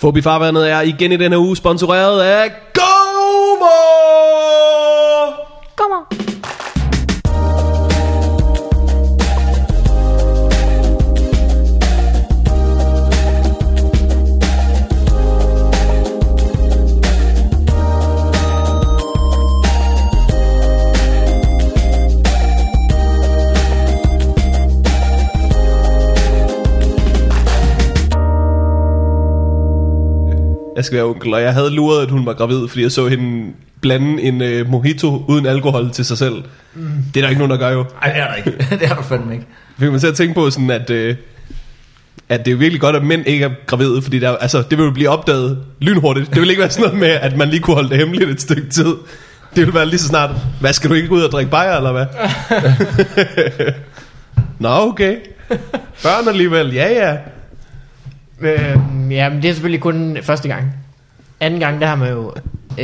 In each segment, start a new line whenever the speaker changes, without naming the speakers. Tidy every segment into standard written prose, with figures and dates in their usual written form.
Forbi Farvandet er igen i denne uge sponsoreret af GoMore. Jeg skal være onkel, og jeg havde luret, at hun var gravid, fordi jeg så hende blande en mojito uden alkohol til sig selv. Det er der ikke nogen, der gør jo.
Nej, det er der ikke. Det er der fandme ikke.
Fik man til at tænke på sådan, at det er virkelig godt, at mænd ikke er gravide, fordi der, altså, det vil jo blive opdaget lynhurtigt. Det vil ikke være sådan noget med, at man lige kunne holde det hemmeligt et stykke tid. Det vil være lige så snart, hvad, skal du ikke gå ud og drikke bajer, eller hvad? Nå, okay. Børn alligevel, ja.
Ja, men det er selvfølgelig kun første gang. Anden gang, der har man jo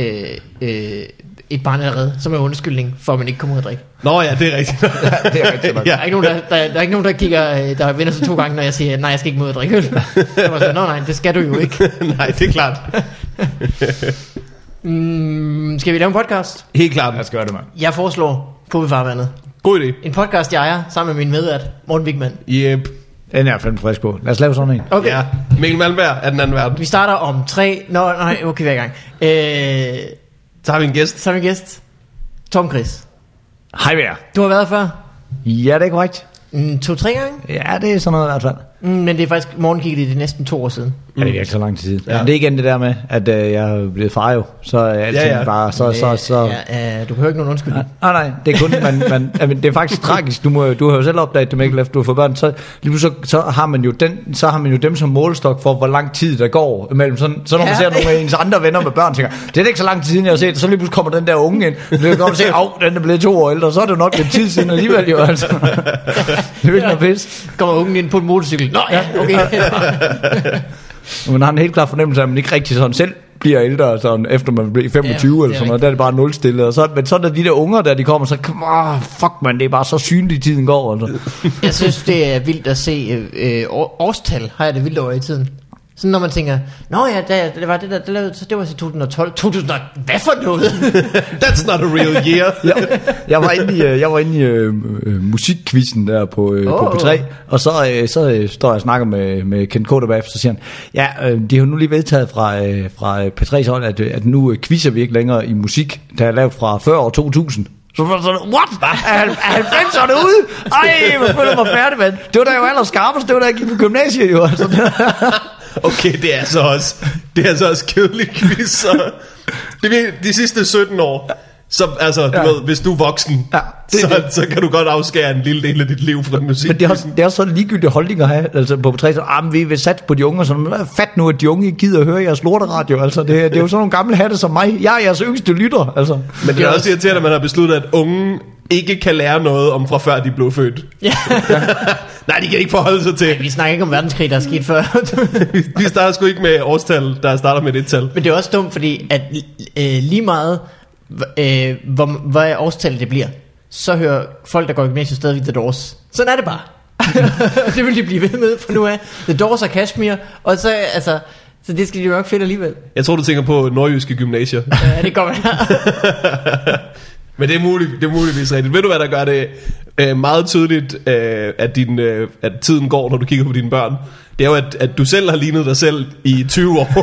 et barn allerede, som er undskyldning for, at man ikke kommer ud og drikke.
Nå ja, det er rigtigt.
Det er rigtigt nok.
Der er ikke nogen, der er ikke nogen, der kigger, der vender sig 2 gange, når jeg siger, nej, jeg skal ikke ud og drikke øl. Så var sådan, nej, det skal du jo ikke.
Nej, det er klart.
Skal vi lave en podcast?
Helt klart.
Lad os gøre det, mand.
Jeg foreslår på Farvandet.
God idé.
En podcast, jeg ejer, sammen med min medvært, Morten Wigman.
Yep.
Den er fandme frisk på. Lad os lave sådan en.
Okay.
Ja, Mikkel Malmberg er den anden verden.
Vi starter om 3... Nej, okay, vi er i gang.
Så har vi en gæst.
Så er vi gæst. Tom Chris.
Hej med jer.
Du har været før?
Ja, det er korrekt.
2-3 gange?
Ja, det er sådan noget i hvert fald.
Men det er faktisk morgenkigget i det næsten 2 år siden.
Ja, det er virkelig så lang tid siden.
Ja.
Men det er igen det der med, at jeg er blevet far jo. Så er alting bare... Så.
Ja, du behøver ikke nogen undskyldning.
Nej, det er kun... men det er faktisk tragisk. Du har jo selv opdaget det, Mikkel, efter du har fået børn. Så har man jo dem som målestok for, hvor lang tid der går imellem. Så når man ser nogle af ens andre venner med børn, tænker, det er ikke så lang tid siden, jeg har set. Så lige pludselig kommer den der unge ind. Det kan godt se, den er blevet 2 år ældre. Så er det jo nok lidt tid siden alligevel jo, altså. Det er virkelig pis.
Kommer ungen ind på en motorcykel. Nå ja, okay.
Man har en helt klar fornemmelse af, at man ikke rigtig sådan selv bliver ældre, sådan, efter man bliver 25 eller sådan noget. Der er det bare nulstillet. Men så er der de der unger, der de kommer, så fuck man, det er bare så synligt, tiden går. Altså.
Jeg synes, det er vildt at se årstal, har jeg det vildt over i tiden. Sådan når man tænker, nå ja, det var det der, det var i 2012. 2000, hvad for noget?
That's not a real year.
Jeg var inde i musikquizzen der på P3, og så står jeg og snakker med Ken Koda bagefter, så siger han, de har nu lige vedtaget fra P3's hold, at nu quizzer vi ikke længere i musik, der er lavet fra før år 2000. Så var sådan, what? Er 90'erne ude? Ej, man føler mig færdig, mand. Det var da jo allerskarpest, det var da jeg gik på gymnasiet jo. Altså.
Okay, det er så også kedelig quiz. Så. Det er de sidste 17 år. Så altså, du ved, hvis du er voksen, så kan du godt afskære en lille del af dit liv fra musik.
Men det er også sådan ligegyldige holdninger at have, altså på P3, så vi vil satse på de unge, så fat nu, at de unge gider at høre jeres lorteradio, altså det er jo sådan nogle gamle hatte som mig. Jeg er jeres yngste lytter, altså. Men
det er også irriterende, at man har besluttet, at unge ikke kan lære noget om fra før de blev født.
Ja.
Nej, de kan ikke forholde sig til.
Nej, vi snakker ikke om verdenskrig, der er sket før.
Vi starter sgu ikke med årstal, der starter med et tal.
Men det er også dumt, fordi at lige meget hvad årstallet det bliver, så hører folk, der går i gymnasiet, stadigvæk The Doors. Sådan er det bare. Det vil de blive ved med fra nu af. The Doors og Kashmir, og så altså, så det skal de jo nok finde alligevel.
Jeg tror, du tænker på nordjyske gymnasier.
Ja, det går være.
Men det er muligvis rigtigt. Ved du hvad der gør det meget tydeligt at tiden går, når du kigger på dine børn? Det er jo at du selv har lignet dig selv i 20 år.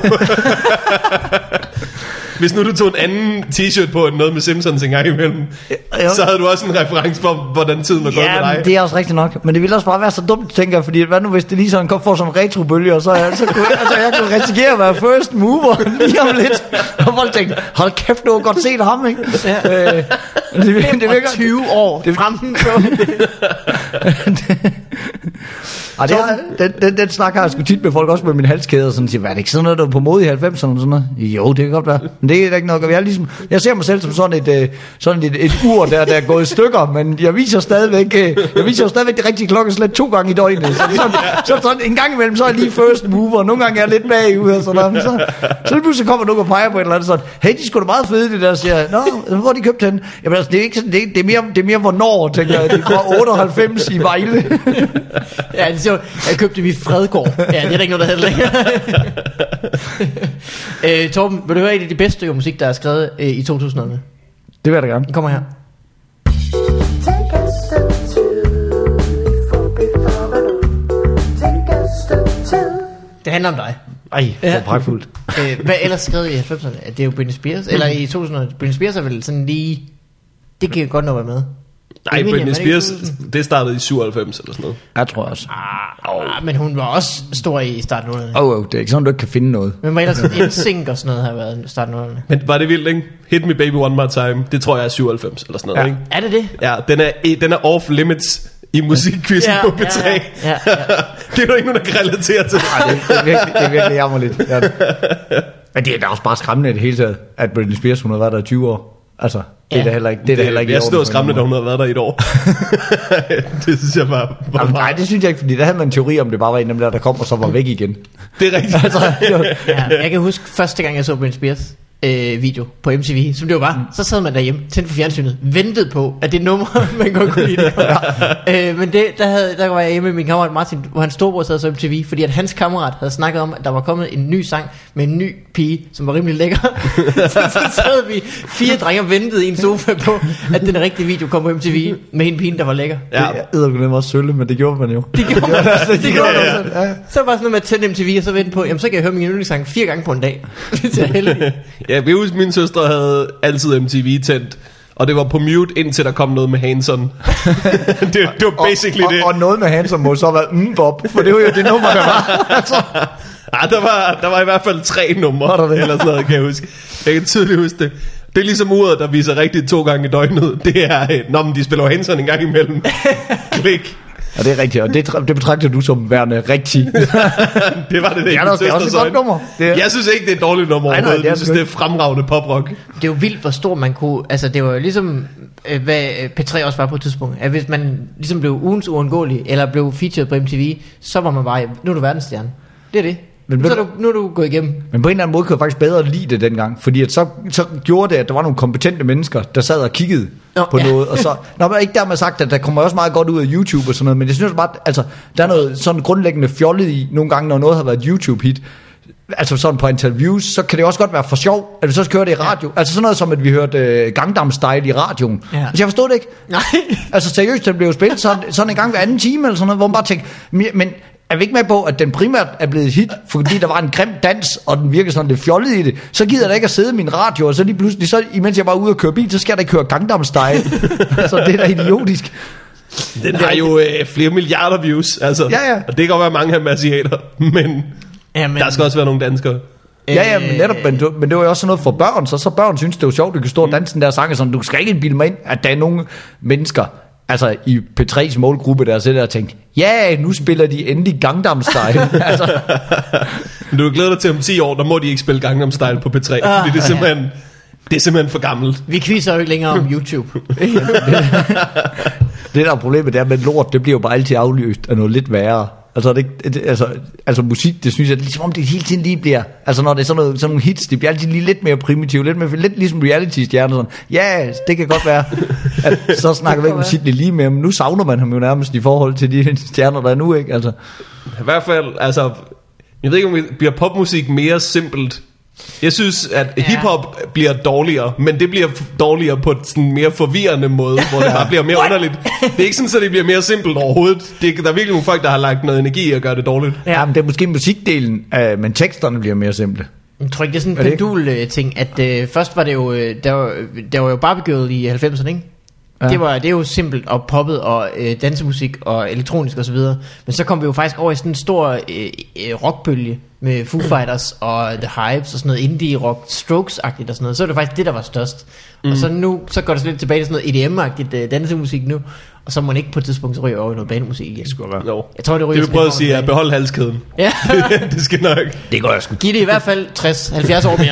Hvis nu du tog en anden t-shirt på end noget med Simpsons en gang imellem, så havde du også en reference for, hvordan tiden var gået med dig.
Ja, det er også rigtigt nok. Men det ville også bare være så dumt, tænker jeg, fordi hvad nu hvis det lige sådan får sådan en retrobølge, og så kunne jeg kunne risikere at være first mover lige om lidt. Og folk tænkte, hold kæft, du har godt set ham, ikke?
Ja. Det virker 20 år frem
den snak har jeg sgu tit med folk, også med min halskæde, og sådan siger, hvad er det ikke sådan noget, der var på mode i 90'erne og sådan noget? Jo, det kan godt være. Men det er ikke noget. Jeg ser mig selv som sådan et ur, der er gået i stykker, men jeg viser stadigvæk det rigtige klokkeslæt 2 gange i døgnet. Så sådan en gang imellem, så er jeg lige first mover, og nogle gange er jeg lidt bagud og sådan noget. Så lige pludselig kommer nogen og peger på et eller andet sådan, hey, de er sgu da meget fede, det der, siger jeg. Nå, hvor de købt den? Jamen altså, det er ikke sådan, det er mere hvornår, tænker jeg. Det er fra 98 i Vejle.
Ja, det sjovt. Jeg købte dem i Fredgård. Ja, det er der ikke noget, der hedder længere. Torben, vil du høre et af de bedste stykker musik, der er skrevet i 2000'erne?
Det vil jeg da gerne.
Den kommer her. Det handler om dig.
Ej, det er pragtfuldt.
Hvad ellers skrevet i 90'erne? Det er jo Britney Spears. Eller i 2000'erne. Britney Spears er vel sådan lige... Det kan godt nok være med.
Nej, Britney Spears, det startede i 97 eller sådan noget.
Jeg tror også.
Men hun var også stor i starten af 00'erne.
Det er ikke sådan, du ikke kan finde noget.
Men var ellers en sync og sådan noget har været i starten af 00'erne.
Men var det vildt, ikke? Hit Me Baby One More Time, det tror jeg er 97 eller sådan noget, ikke?
Er det det?
Ja, den er off limits i musikquizzen på P3.
Ja.
Det er jo ikke nogen, der kan relatere til.
Ej, det er virkelig jammerligt. Ja. Men det er da også bare skræmmende i det hele taget, at Britney Spears, hun har været der i 20 år. Altså, det er da heller ikke. Det er da heller ikke.
Jeg synes, det var skræmmende, da hun havde været der i et år. Det synes jeg var
nej, det synes jeg ikke, fordi der havde man en teori om, det bare var en af dem der kom, og så var væk igen.
Det er rigtigt.
Altså,
jeg kan huske første gang, jeg så Britney Spears video på MTV, som det jo var. Så sad man derhjemme, tændte for fjernsynet, ventede på, at det nummer, man godt kunne lide det. Men der var jeg hjemme med min kammerat Martin, hvor hans storebror sad så MTV, fordi at hans kammerat havde snakket om, at der var kommet en ny sang med en ny pige, som var rimelig lækker. så sad vi 4 drenge og ventede i en sofa på, at den rigtige video kom på MTV med en pige, der var lækker.
Ja. Det er også sølle, men det gjorde man jo.
Det gjorde man. Så var sådan noget med at tænde MTV og så vente på, jamen så kan jeg høre min yndlingssang 4 gange på en dag. Det er heldigt.
Ja, vi husker, min søster havde altid MTV tændt, og det var på mute, indtil der kom noget med Hanson. det var basically det.
Og noget med Hanson må så være Bob, for det var jo det nummer, der var. Altså.
Der var i hvert fald 3 numre, eller sådan noget, kan jeg huske. Jeg kan tydeligt huske det. Det er ligesom uret, der viser rigtigt 2 gange i døgnet. Det er, når de spiller Hanson en gang imellem. Klik.
Og det er rigtigt, og det betragter du som værende rigtig.
Det var det.
Det er også et godt nummer.
Jeg synes ikke, det er et dårligt nummer overhovedet. Jeg synes, det er fremragende poprock.
Det er jo vildt, hvor stor man kunne... Altså, det var jo ligesom, hvad P3 også var på et tidspunkt. At hvis man ligesom blev ugens uundgåelig, eller blev featured på MTV, så var man bare... Nu er du verdensstjerne. Det er det. Men nu er du gået igennem.
Men på en eller anden måde kunne jeg faktisk bedre lide det dengang, fordi at så gjorde det, at der var nogle kompetente mennesker, der sad og kiggede på noget, og så, ikke dermed sagt, at der kommer også meget godt ud af YouTube og sådan noget, men jeg synes bare, altså, der er noget sådan grundlæggende fjollet i, nogle gange, når noget har været YouTube-hit, altså sådan på interviews, så kan det også godt være for sjov, at vi så skal høre det i radio. Altså sådan noget som, at vi hørte Gangnam Style i radioen. Ja. Altså jeg forstod det ikke.
Nej.
Altså seriøst, den blev jo spillet sådan en gang hver anden time, eller sådan noget, hvor man bare tænkte, men er vi ikke med på, at den primært er blevet hit, fordi der var en grim dans, og den virker sådan lidt fjollet i det, så gider jeg da ikke at sidde i min radio, og så lige pludselig, så imens jeg bare er ude og køre bil, så skal jeg da ikke køre Gangnam Style. Så det er da idiotisk.
Den har jo flere milliarder views, altså.
Ja.
Og det kan godt være mange af asiater, men der skal også være nogle danskere.
Ja, men netop, men det var jo også sådan noget for børn, så børn synes, det var sjovt, du kan stå og danse den der sang, sådan, du skal ikke bilde mig ind, at der er nogle mennesker, altså i P3's målgruppe, der sidder og tænker, ja, nu spiller de endelig Gangnam Style. Altså.
Men du glæder dig til om 10 år, der må de ikke spille Gangnam Style på P3, fordi det er simpelthen for gammelt.
Vi quizzer jo ikke længere om YouTube.
Det der er problemet, det er med lort, det bliver jo bare altid afløst af noget lidt værre. Altså musik, det synes jeg, ligesom om det hele tiden lige bliver, altså når det er sådan nogle hits, det bliver altid lige lidt mere primitivt, lidt ligesom reality-stjerner, sådan, ja, det kan godt være, at så snakker vi ikke om Sidney lige mere, men nu savner man ham jo nærmest i forhold til de stjerner, der er nu, ikke, altså.
I hvert fald, altså, jeg ved ikke, om bliver popmusik mere simpelt. Jeg synes, at hiphop bliver dårligere, men det bliver dårligere på en mere forvirrende måde, hvor det bare bliver mere underligt. Det er ikke sådan, at det bliver mere simpelt overhovedet. Der er virkelig nogle folk, der har lagt noget energi i at gøre det dårligt.
Ja, men det er måske musikdelen, men teksterne bliver mere simple.
Jeg tror ikke, det er sådan en pendul-ting, at først var det jo, der var jo Barbie i 90'erne, ikke? Ja. Det er jo simpelt og poppet og dansemusik og elektronisk og så videre. Men så kom vi jo faktisk over i sådan en stor rockbølge med Foo Fighters og The Hypes og sådan noget indie rock, Strokes-agtigt og sådan noget. Så er det faktisk det, der var størst. Og så nu så går det lidt tilbage til sådan noget EDM-agtigt dansemusik nu. Og så må man ikke på et tidspunkt så ryge over i noget banemusik igen.
Det skulle være.
Jo.
Jeg tror, det
vil prøve at sige er behold halskæden.
Ja.
Det skal nok.
Det går jeg sgu.
Giv det i hvert fald 60-70 år mere.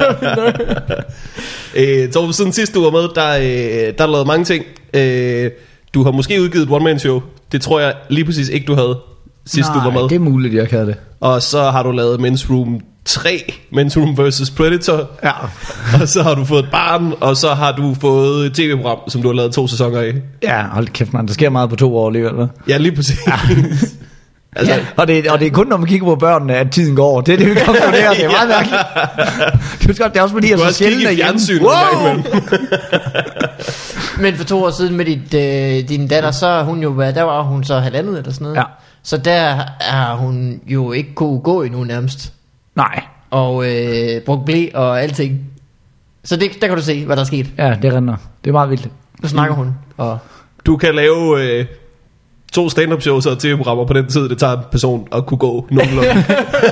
Så siden sidste uge med, der er lavet mange ting. Du har måske udgivet et one-man-show. Det tror jeg lige præcis ikke, du havde sidste uge med.
Det er muligt, jeg kan det.
Og så har du lavet Men's Room 3, Men's Room vs. Predator.
Ja.
Og så har du fået et barn, og så har du fået et tv-program, som du har lavet 2 sæsoner af.
Ja, hold kæft, man. Der sker meget på 2 år alligevel, hva'?
Ja, lige præcis. Ja. Altså,
og det er kun, når man kigger på børnene, at tiden går. Det er det, vi konkluderer. Det er meget mærkeligt. Det er også fordi, jeg så sjældent
er hjemme.
Wow!
Men for 2 år siden med din datter, så er hun jo, der var hun så 1,5 eller sådan noget.
Ja.
Så der er hun jo ikke kunne gå endnu nærmest.
Nej.
Og brugt blæ og alting. Så der kan du se, hvad der er sket.
Ja, det render. Det er meget vildt.
Nu snakker hun. Og
du kan lave 2 stand-up shows og tv-programmer på den tid, det tager en person at kunne gå nogenlunde.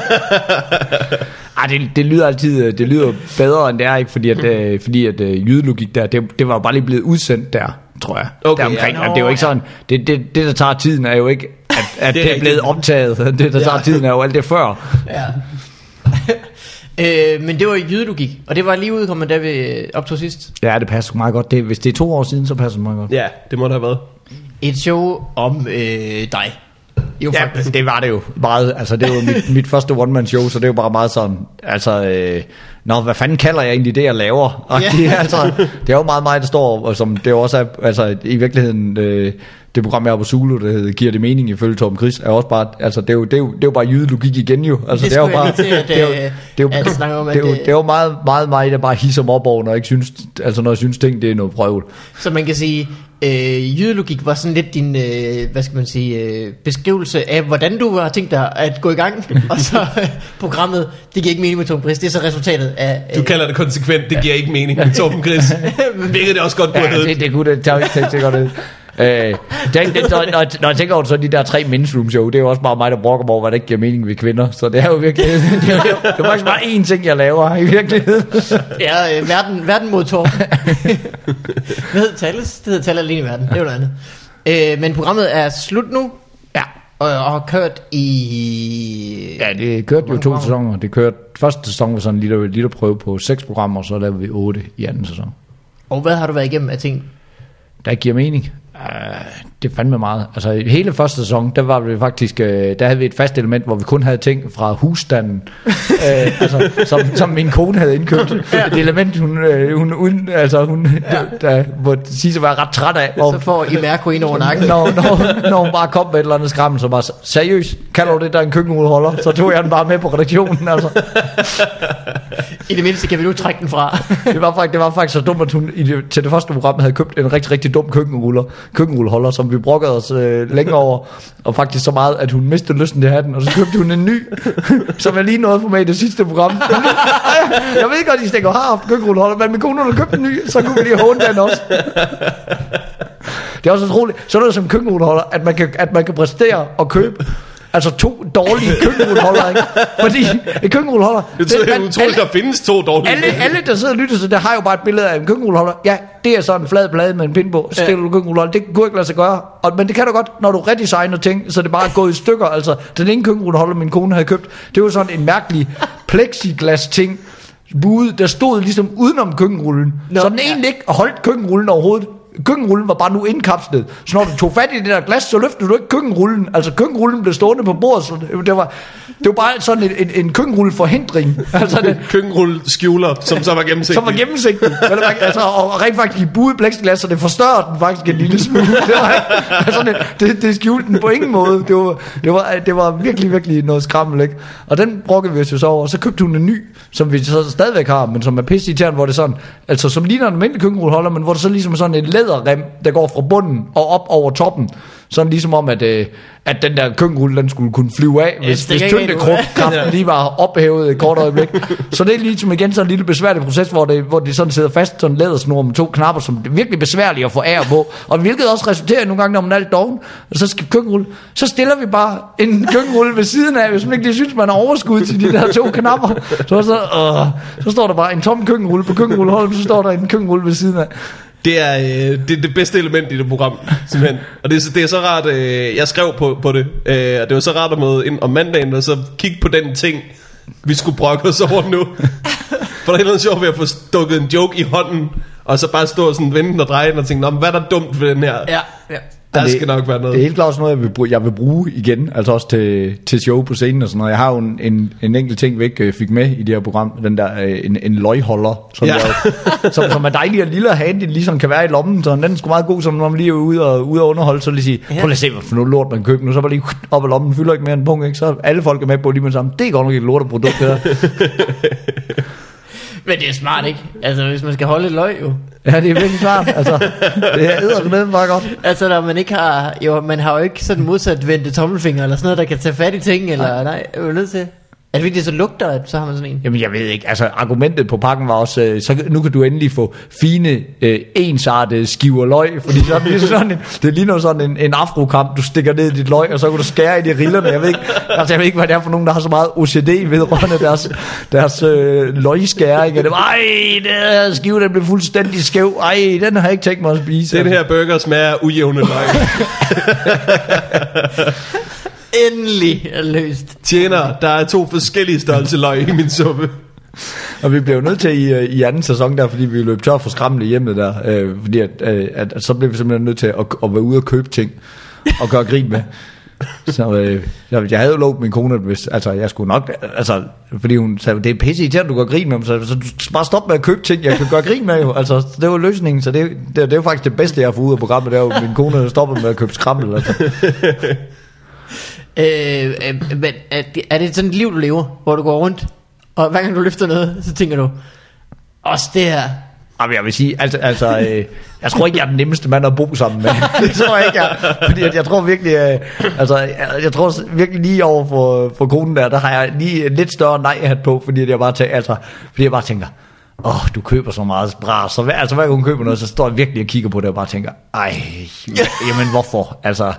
Det lyder altid bedre end det er, ikke? Fordi at jydelogik der, det var bare lige blevet udsendt der, tror jeg.
Okay,
deromkring. Ja. Det er jo ikke sådan, det der tager tiden er jo ikke, at det er blevet optaget. Det der tager tiden er jo alt det før.
Ja. Men det var jydelogik, og det var lige udkommet, da vi optog sidst.
Ja, det passer meget godt. Hvis det er 2 år siden, så passer det meget godt.
Ja, det må det have været.
Et show om dig. Jo,
ja,
faktisk.
det var det jo meget. Altså, det var mit første one-man-show, så det var bare meget sådan, altså, hvad fanden kalder jeg egentlig det, jeg laver? Og det er jo meget mig, der står, og som det også er, altså, i virkeligheden, det program, jeg har på Zulu, der hedder Giver det mening ifølge Torben Chris, er også bare, altså, det er jo bare jydelogik igen jo. Altså, det er jo bare, det er jo meget, meget mig, der bare hisser mig op over, når jeg synes ting, det er noget prøvel.
Så man kan sige, jydelogik var sådan lidt din, hvad skal man sige, beskrivelse af, hvordan du har tænkt dig at gå i gang, og så programmet, det giver ikke mening med Torben Chris, det er så resultatet af...
Du kalder det konsekvent, det giver ikke mening med Torben Chris. Hvilket det også godt kunne have
det kunne det, det godt det. Når jeg tænker over så de der 3 men's room show, det er jo også bare mig, der brokker mig over, hvad der ikke giver mening ved kvinder. Så det er jo virkelig det er faktisk bare én ting, jeg laver i virkeligheden.
Ja, verden mod Torben. Hvad hedder Talles? Det hedder Talles alene i verden. Det er jo noget andet. Men programmet er slut nu.
Ja.
Og har kørt i...
Ja, det kørte jo 2 sæsoner. Det kørte første sæson var sådan en lille prøve på 6 programmer, og så lavede vi 8 i anden sæson.
Og hvad har du været igennem af ting?
Der giver mening. Det fandme meget. Altså hele første sæson, der var vi faktisk, der havde vi et fast element, hvor vi kun havde ting fra husstanden, altså som min kone havde indkøbt. Et element hun der må sige sig være ret træt af. Og
så får I Mærko ind over nakken.
Når hun bare kom med et eller andet skrammel, så bare seriøst, kalder du det der en køkkenrulleholder? Så tog jeg den bare med på redaktionen. Altså.
I det mindste kan vi nu trække den fra.
det var faktisk så dumt, at hun til det første program havde købt en rigtig, rigtig dum køkkenrulleholder, som vi brokkede os længe over, og faktisk så meget, at hun mistede lysten til at have den, og så købte hun en ny, som jeg lige nåede for mig i det sidste program. Jeg ved godt, I stikker har haft køkkenrulleholder, men min kone har købt en ny, så kunne vi lige håne den også. Det er også utroligt, så er det som køkkenrulleholder, at man kan præstere og købe altså 2 dårlige køkkenrulleholder, ikke? Fordi et køkkenrulleholder...
Det er utroligt, der findes 2 dårlige.
Alle, der sidder og lytter til det, har jo bare et billede af en køkkenrulleholder. Ja, det er sådan en flad plade med en pind på. Så stiller du køkkenrulleholder. Det kunne ikke lade sig gøre. Men det kan du godt, når du redesigner ting, så det bare er gået i stykker. Altså, den ene køkkenrulleholder, min kone havde købt, det var sådan en mærkelig plexiglas ting. Bude, der stod ligesom udenom køkkenrullen. Så den egentlig ikke holdt køkkenrullen overhovedet. Køkkenrullen var bare nu indkapslet. Så når du tog fat i det der glas, så løftede du ikke køkkenrullen. Altså køkkenrullen blev stående på bordet, så det var bare sådan en køkkenrulleforhindring. Altså
køkkenrulle skjuler, som så var gennemsigtig.
Som var gennemsigtig. Altså, og rent faktisk i buet plexiglas, så det forstørrede den faktisk en lille smule. Det skjulte den på ingen måde. Det var virkelig, virkelig noget skrammel, ikke? Og den brokkede vi os jo så over. Og så købte hun en ny, som vi så stadigvæk har, men som er pisseirriterende, hvor det sådan, altså som ligner en almindelig køkkenrulleholder, men hvor det så ligesom sådan et læderrem, der går fra bunden og op over toppen. Sådan ligesom om, at den der køkkenrulle, den skulle kunne flyve af, hvis tyngdekraften lige var ophævet et kort øjeblik. Så det er ligesom igen sådan en lille besværlig proces, hvor det sådan sidder fast, sådan en lædersnor med 2 knapper, som det er virkelig besværligt at få af på. Og hvilket også resulterer nogle gange, når man er lidt doven, og så skal køkkenrulle. Så stiller vi bare en køkkenrulle ved siden af, hvis man ikke lige synes, man har overskud til de der 2 knapper. Så står der bare en tom køkkenrulle på køkkenrulleholdet, så står der en køkkenrulle ved siden af.
Det er det bedste element i det program, simpelthen. Og det er så rart, jeg skrev på det, og det var så rart at møde ind om mandagen, og så kigge på den ting, vi skulle brokke os over nu. For der er noget sjovt ved at få stukket en joke i hånden, og så bare stå og sådan vente og dreje den og tænke, hvad er der dumt ved den her?
Ja.
Der skal nok være noget.
Det er helt klart også noget, jeg vil bruge igen, altså også til show på scenen og sådan noget. Jeg har jo en enkelt ting, vi ikke fik med i det her program, den der en løgholder, som er dejlig og lille og handy, ligesom kan være i lommen, så den er sgu meget god, som når man lige er ude og underholde, så lige sige, prøv lige at se, hvad for noget lort man køber nu, så bare lige op ad lommen, fylder ikke mere en punkt, ikke? Så alle folk er med på lige med sammen. Det er godt nok et lorteprodukt, det der.
Men det er smart, ikke? Altså, hvis man skal holde et løg, jo.
Ja, det er virkelig smart. Altså, det er eddermame bare godt.
Altså, når man ikke har... Jo, man har jo ikke sådan modsat vendte tommelfinger, eller sådan noget, der kan tage fat i ting, eller... Nej, er du nødt til... Er det fordi, det så lugter, at så har man sådan en?
Jamen, jeg ved ikke. Altså, argumentet på pakken var også... Så nu kan du endelig få fine, ensartede skiver løg, fordi så det ligner sådan en afrokamp, du stikker ned i dit løg, og så kan du skære i de rillerne. Jeg ved ikke, hvad det er for nogen, der har så meget OCD vedrørende deres løgskæring. Ej, den her skive, den blev fuldstændig skæv. Ej, den har jeg ikke tænkt mig at spise.
Den her burger smager ujævne løg.
Endelig er løst.
Tjener, der er 2 forskellige størrelse løg i min suppe.
Og vi blev nødt til i anden sæson der, fordi vi løb tør for skramle hjemme der, fordi at så blev vi simpelthen nødt til at være ude og købe ting og gøre grin med. Så jeg havde jo lovet min kone, hvis altså jeg skulle nok, altså fordi hun sagde, det er pisse irriterende, du gør grin med dem, så du bare stop med at købe ting, jeg kan gøre grin med jo. Altså det var løsningen, så det er jo faktisk det bedste jeg har fået ud af programmet, det er jo min kone, der stopper med at købe skrammel. Altså.
Men er det sådan et liv, du lever, hvor du går rundt, og hver gang du løfter noget, så tænker du, også det her?
Jamen, jeg vil sige, altså jeg tror ikke, jeg er den nemmeste mand at bo sammen med. Det tror jeg ikke, fordi jeg tror virkelig, jeg tror virkelig lige over for konen der har jeg lige lidt større nej-hat på, fordi jeg bare tænker, du køber så meget bras, så hver gang hun køber noget, så står jeg virkelig og kigger på det og bare tænker, jamen hvorfor, altså.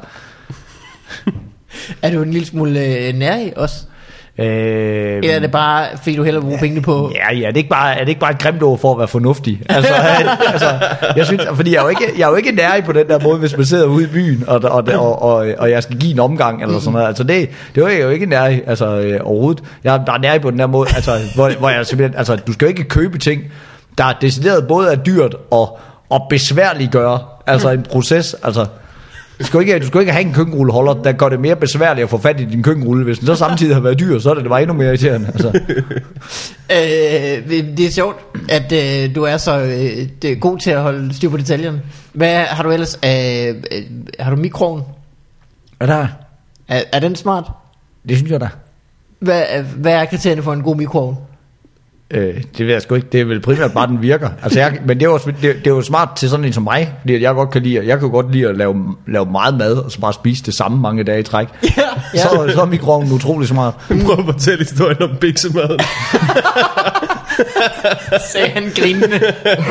Er du en lille smule nærig også? Eller er det bare, fordi du hellere bruger pengene på?
Ja, er det ikke bare et grimt ord for at være fornuftig? Altså, jeg synes, fordi jeg er jo ikke nærig på den der måde, hvis man sidder ude i byen, og jeg skal give en omgang, eller sådan noget. Altså, det er jeg jo ikke nærig, altså overhovedet. Jeg er nærig på den der måde, altså, hvor jeg simpelthen, altså, du skal jo ikke købe ting, der er decideret både er dyrt og besværliggøre, altså en proces, altså. Du skal ikke have en køkkenrulleholder, der gør det mere besværligt at få fat i din køkkenrulle. Hvis den så samtidig har været dyr, så er det bare endnu mere irriterende. Altså.
Det er sjovt, at du er så god til at holde styr på detaljerne. Hvad har du ellers? Har du mikroen?
Hvad der
er den smart?
Det synes jeg da.
Hvad er kriterierne for en god mikroovn?
Det ved jeg sgu ikke. Det er vel primært bare, den virker. Altså men det er jo smart til sådan en som mig, fordi jeg kan godt lide at lave meget mad, og så bare spise det samme mange dage i træk. Ja. Så er mikroovnen utrolig smart.
Prøv at fortælle historien om biksemaden.
Sagde han grinende.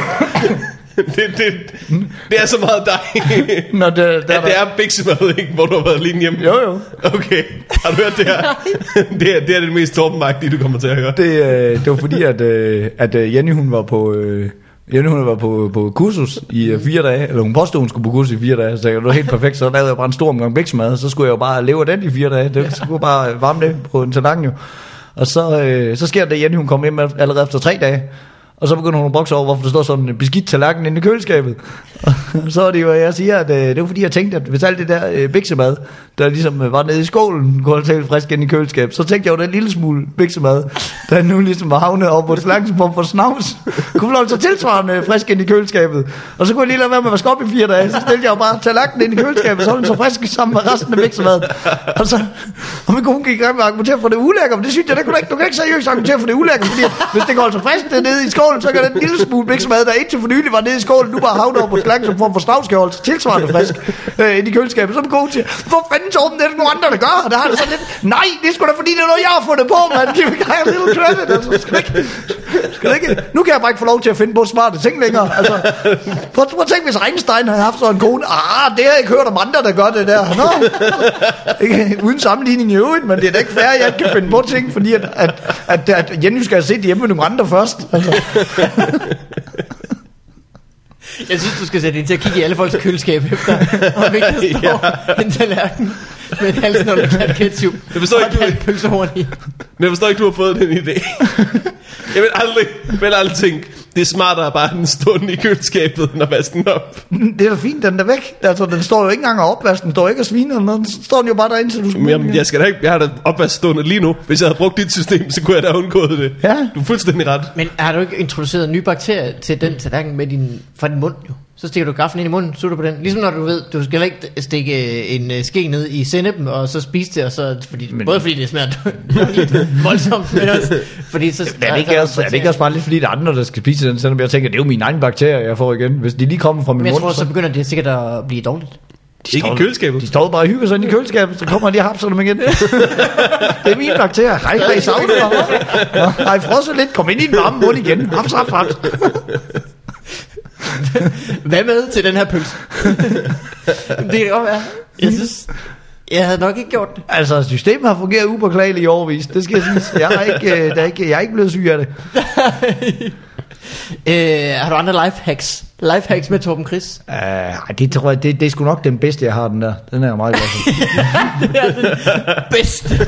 Det er så meget dig.
Nå, det
er biksemad, ikke? Hvor du har været lige hjemme.
Jo.
Okay, har du hørt det her? Det er det mest torpenmagtige, du kommer til at høre.
Det var fordi, at Jenny, hun var på kursus i 4 dage. Eller hun påstod, hun skulle på kursus i 4 dage. Så det var helt perfekt. Så lavede jeg bare en stor omgang biksemad. Så skulle jeg jo bare leve af den i 4 dage. Det skulle bare varme det på en tallerken jo. Og så sker det, at Jenny, hun kom hjem allerede efter 3 dage. Og så begynder hun at brokse over, hvorfor der står sådan en beskidt tallerken inde i køleskabet. Og så er det jo, jeg siger, at det var fordi, jeg tænkte, at hvis alt det der biksemad, der ligesom var nede i skålen, kunne holde frisk inde i køleskabet, så tænkte jeg jo, den lille smule biksemad, der nu ligesom var havnet op på et slagsform for snavs, kunne holde sig tilsvarende frisk inde i køleskabet. Og så kunne jeg lige lade være med at vaske op i 4 dage. Så stillede jeg jo bare tallerkenen ind i køleskabet, så holdt den så frisk sammen med resten af biksemaden. Og min kone gik og argumentere for det ulækker, men det synes jeg, du kan ikke seriøst argumentere for det ulækker, fordi hvis det går altså frisk nede i skålen, så kan den lille smule biksemad, der indtil for nylig var nede i skålen, nu bare havnet over på slangen, som form for snavskjold, tilsvarende frisk ind i køleskabet. Så er man god til, hvor fanden Torben, det er der nogle andre, der gør, og der har det sådan lidt, nej, det er sgu da fordi, det er noget, jeg har fundet på, man. Giv mig en little credit, altså, skal det ikke, nu kan jeg bare ikke få lov til at finde på smarte ting længere, altså, prøv at tænke, hvis Einstein havde haft sådan en kone, det har jeg ikke hørt om andre, der gør det der, nå, ikke, uden sammenligning i øvrigt, men det er da ikke fair, at jeg ikke kan finde på ting, fordi at Jenny skal have set hjemme med nogle andre først, altså.
Jeg synes, du skal sætte ind til at kigge i alle folks køleskab efter, om ikke der står en tallerken med en halsen under kat ketchup.
Jeg forstår ikke, du har fået den idé. Jeg vil aldrig tænke, Det er smartere bare den stående i køleskabet, end at vaske den op.
Det er da fint, den er væk. Altså, den står jo ikke engang og opvasker, den står ikke og sviner eller noget. Den står den jo bare derinde, så du skal...
Jamen, jeg har da opvask stående lige nu. Hvis jeg havde brugt dit system, så kunne jeg da undgået det.
Ja.
Du er fuldstændig ret.
Men har du ikke introduceret nye bakterier til den tallerken med fra din mund jo? Så stikker du gaffen ind i munden, sutter på den. Ligesom når du ved, du skal ikke stikke en ske ned i sennepen, og så spise det, og så, både fordi det smager voldsomt, men også fordi så...
Er det ikke også bare lidt fordi, der er andre, der skal spise den, selvom jeg tænker, det er jo mine egne bakterier, jeg får igen. Hvis de lige kommer fra min mund...
Men jeg tror, så begynder det sikkert at blive dårligt.
Ikke i køleskabet.
De står bare og hygger sig ind i køleskabet, så kommer de og hapser dem igen. Det er mine bakterier. Hej, I savner mig. Hej, frosset lidt. Kom ind i den varme mund igen. Haps.
Hvad med til den her pølse? Det kan godt være. Jeg synes, jeg havde nok ikke gjort det.
Altså, systemet har fungeret upåklageligt i årevis. Det skal jeg sige. Jeg er ikke blevet syg af det.
Har du andre lifehacks? Lifehacks med Torben Chris?
Det tror jeg, det er sgu nok den bedste, jeg har, den der. Den er jeg meget glad for.
Det er den bedste.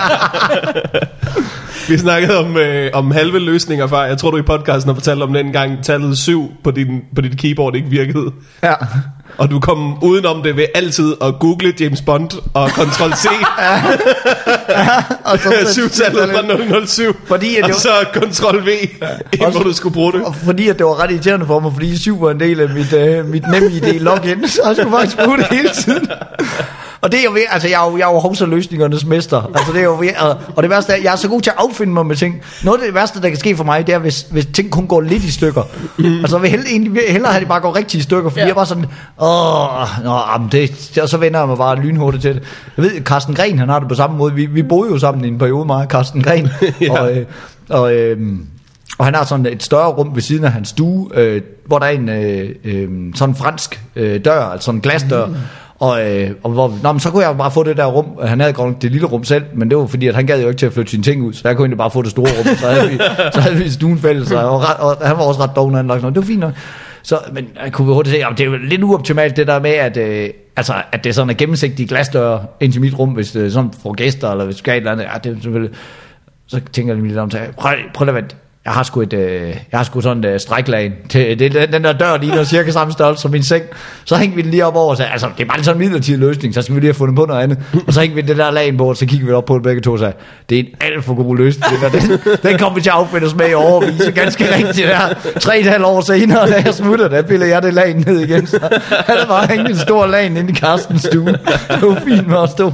Vi snakkede om halve løsninger før. Jeg tror, du i podcasten har fortalt om den gang tallet 7 på dit keyboard ikke virkede.
Ja.
Og du kom udenom det ved altid at google James Bond og Ctrl-C.
Og så
7-tallet fra 007.
Fordi
og så Ctrl-V, hvor du skulle bruge det.
Og fordi at det var ret irriterende for mig, fordi 7 var en del af mit NemID login, så jeg skulle faktisk bruge det hele tiden. Og det er jo ved, altså jeg er jo hovsaløsningernes mester. Altså det er jo ved, og det værste er, jeg er så god til at affinde mig med ting. Noget af det værste, der kan ske for mig, det er, hvis ting kun går lidt i stykker. Altså jeg vil hellere have det bare går rigtig i stykker, fordi jeg er bare sådan, og så vender jeg mig bare lynhurtigt til det. Jeg ved, Carsten Gren, han har det på samme måde. Vi boede jo sammen i en periode, mig og Carsten Gren. Ja. Og han har sådan et større rum ved siden af hans stue, hvor der er en sådan fransk dør, altså en glasdør. Men så kunne jeg bare få det der rum. Han havde godt det lille rum selv, men det var fordi, at han gad jo ikke til at flytte sine ting ud, så jeg kunne egentlig bare få det store rum. Så havde vi stuen fælles, og han var også ret doven anlagt. Det var fint nok. Så, men jeg kunne hurtigt se, at det er jo lidt uoptimalt det der med, at det er sådan en gennemsigtig glasdør ind til mit rum, hvis det er sådan for gæster, eller hvis du skal et eller andet. Ja, det er selvfølgelig... Så tænker jeg lidt om, prøv at vente. Jeg har sgu sådan et stræklagen til den der dør, lige der cirka samme størrelse som min seng. Så hængte vi den lige op over, så altså det er bare sådan en midlertidig løsning, så skal vi lige have fundet på noget andet. Og så hængte vi det der lagen på, så kigger vi op på det begge to og sagde, det er en alt for god løsning. Den kommer vi til at affinde os med i overvis, ganske rigtigt der. 3,5 år senere, da jeg smutter, der piller jeg det lagen ned igen. Så han havde bare hængt en stor lagen inde i Carstens stue. Det var fint med at stå.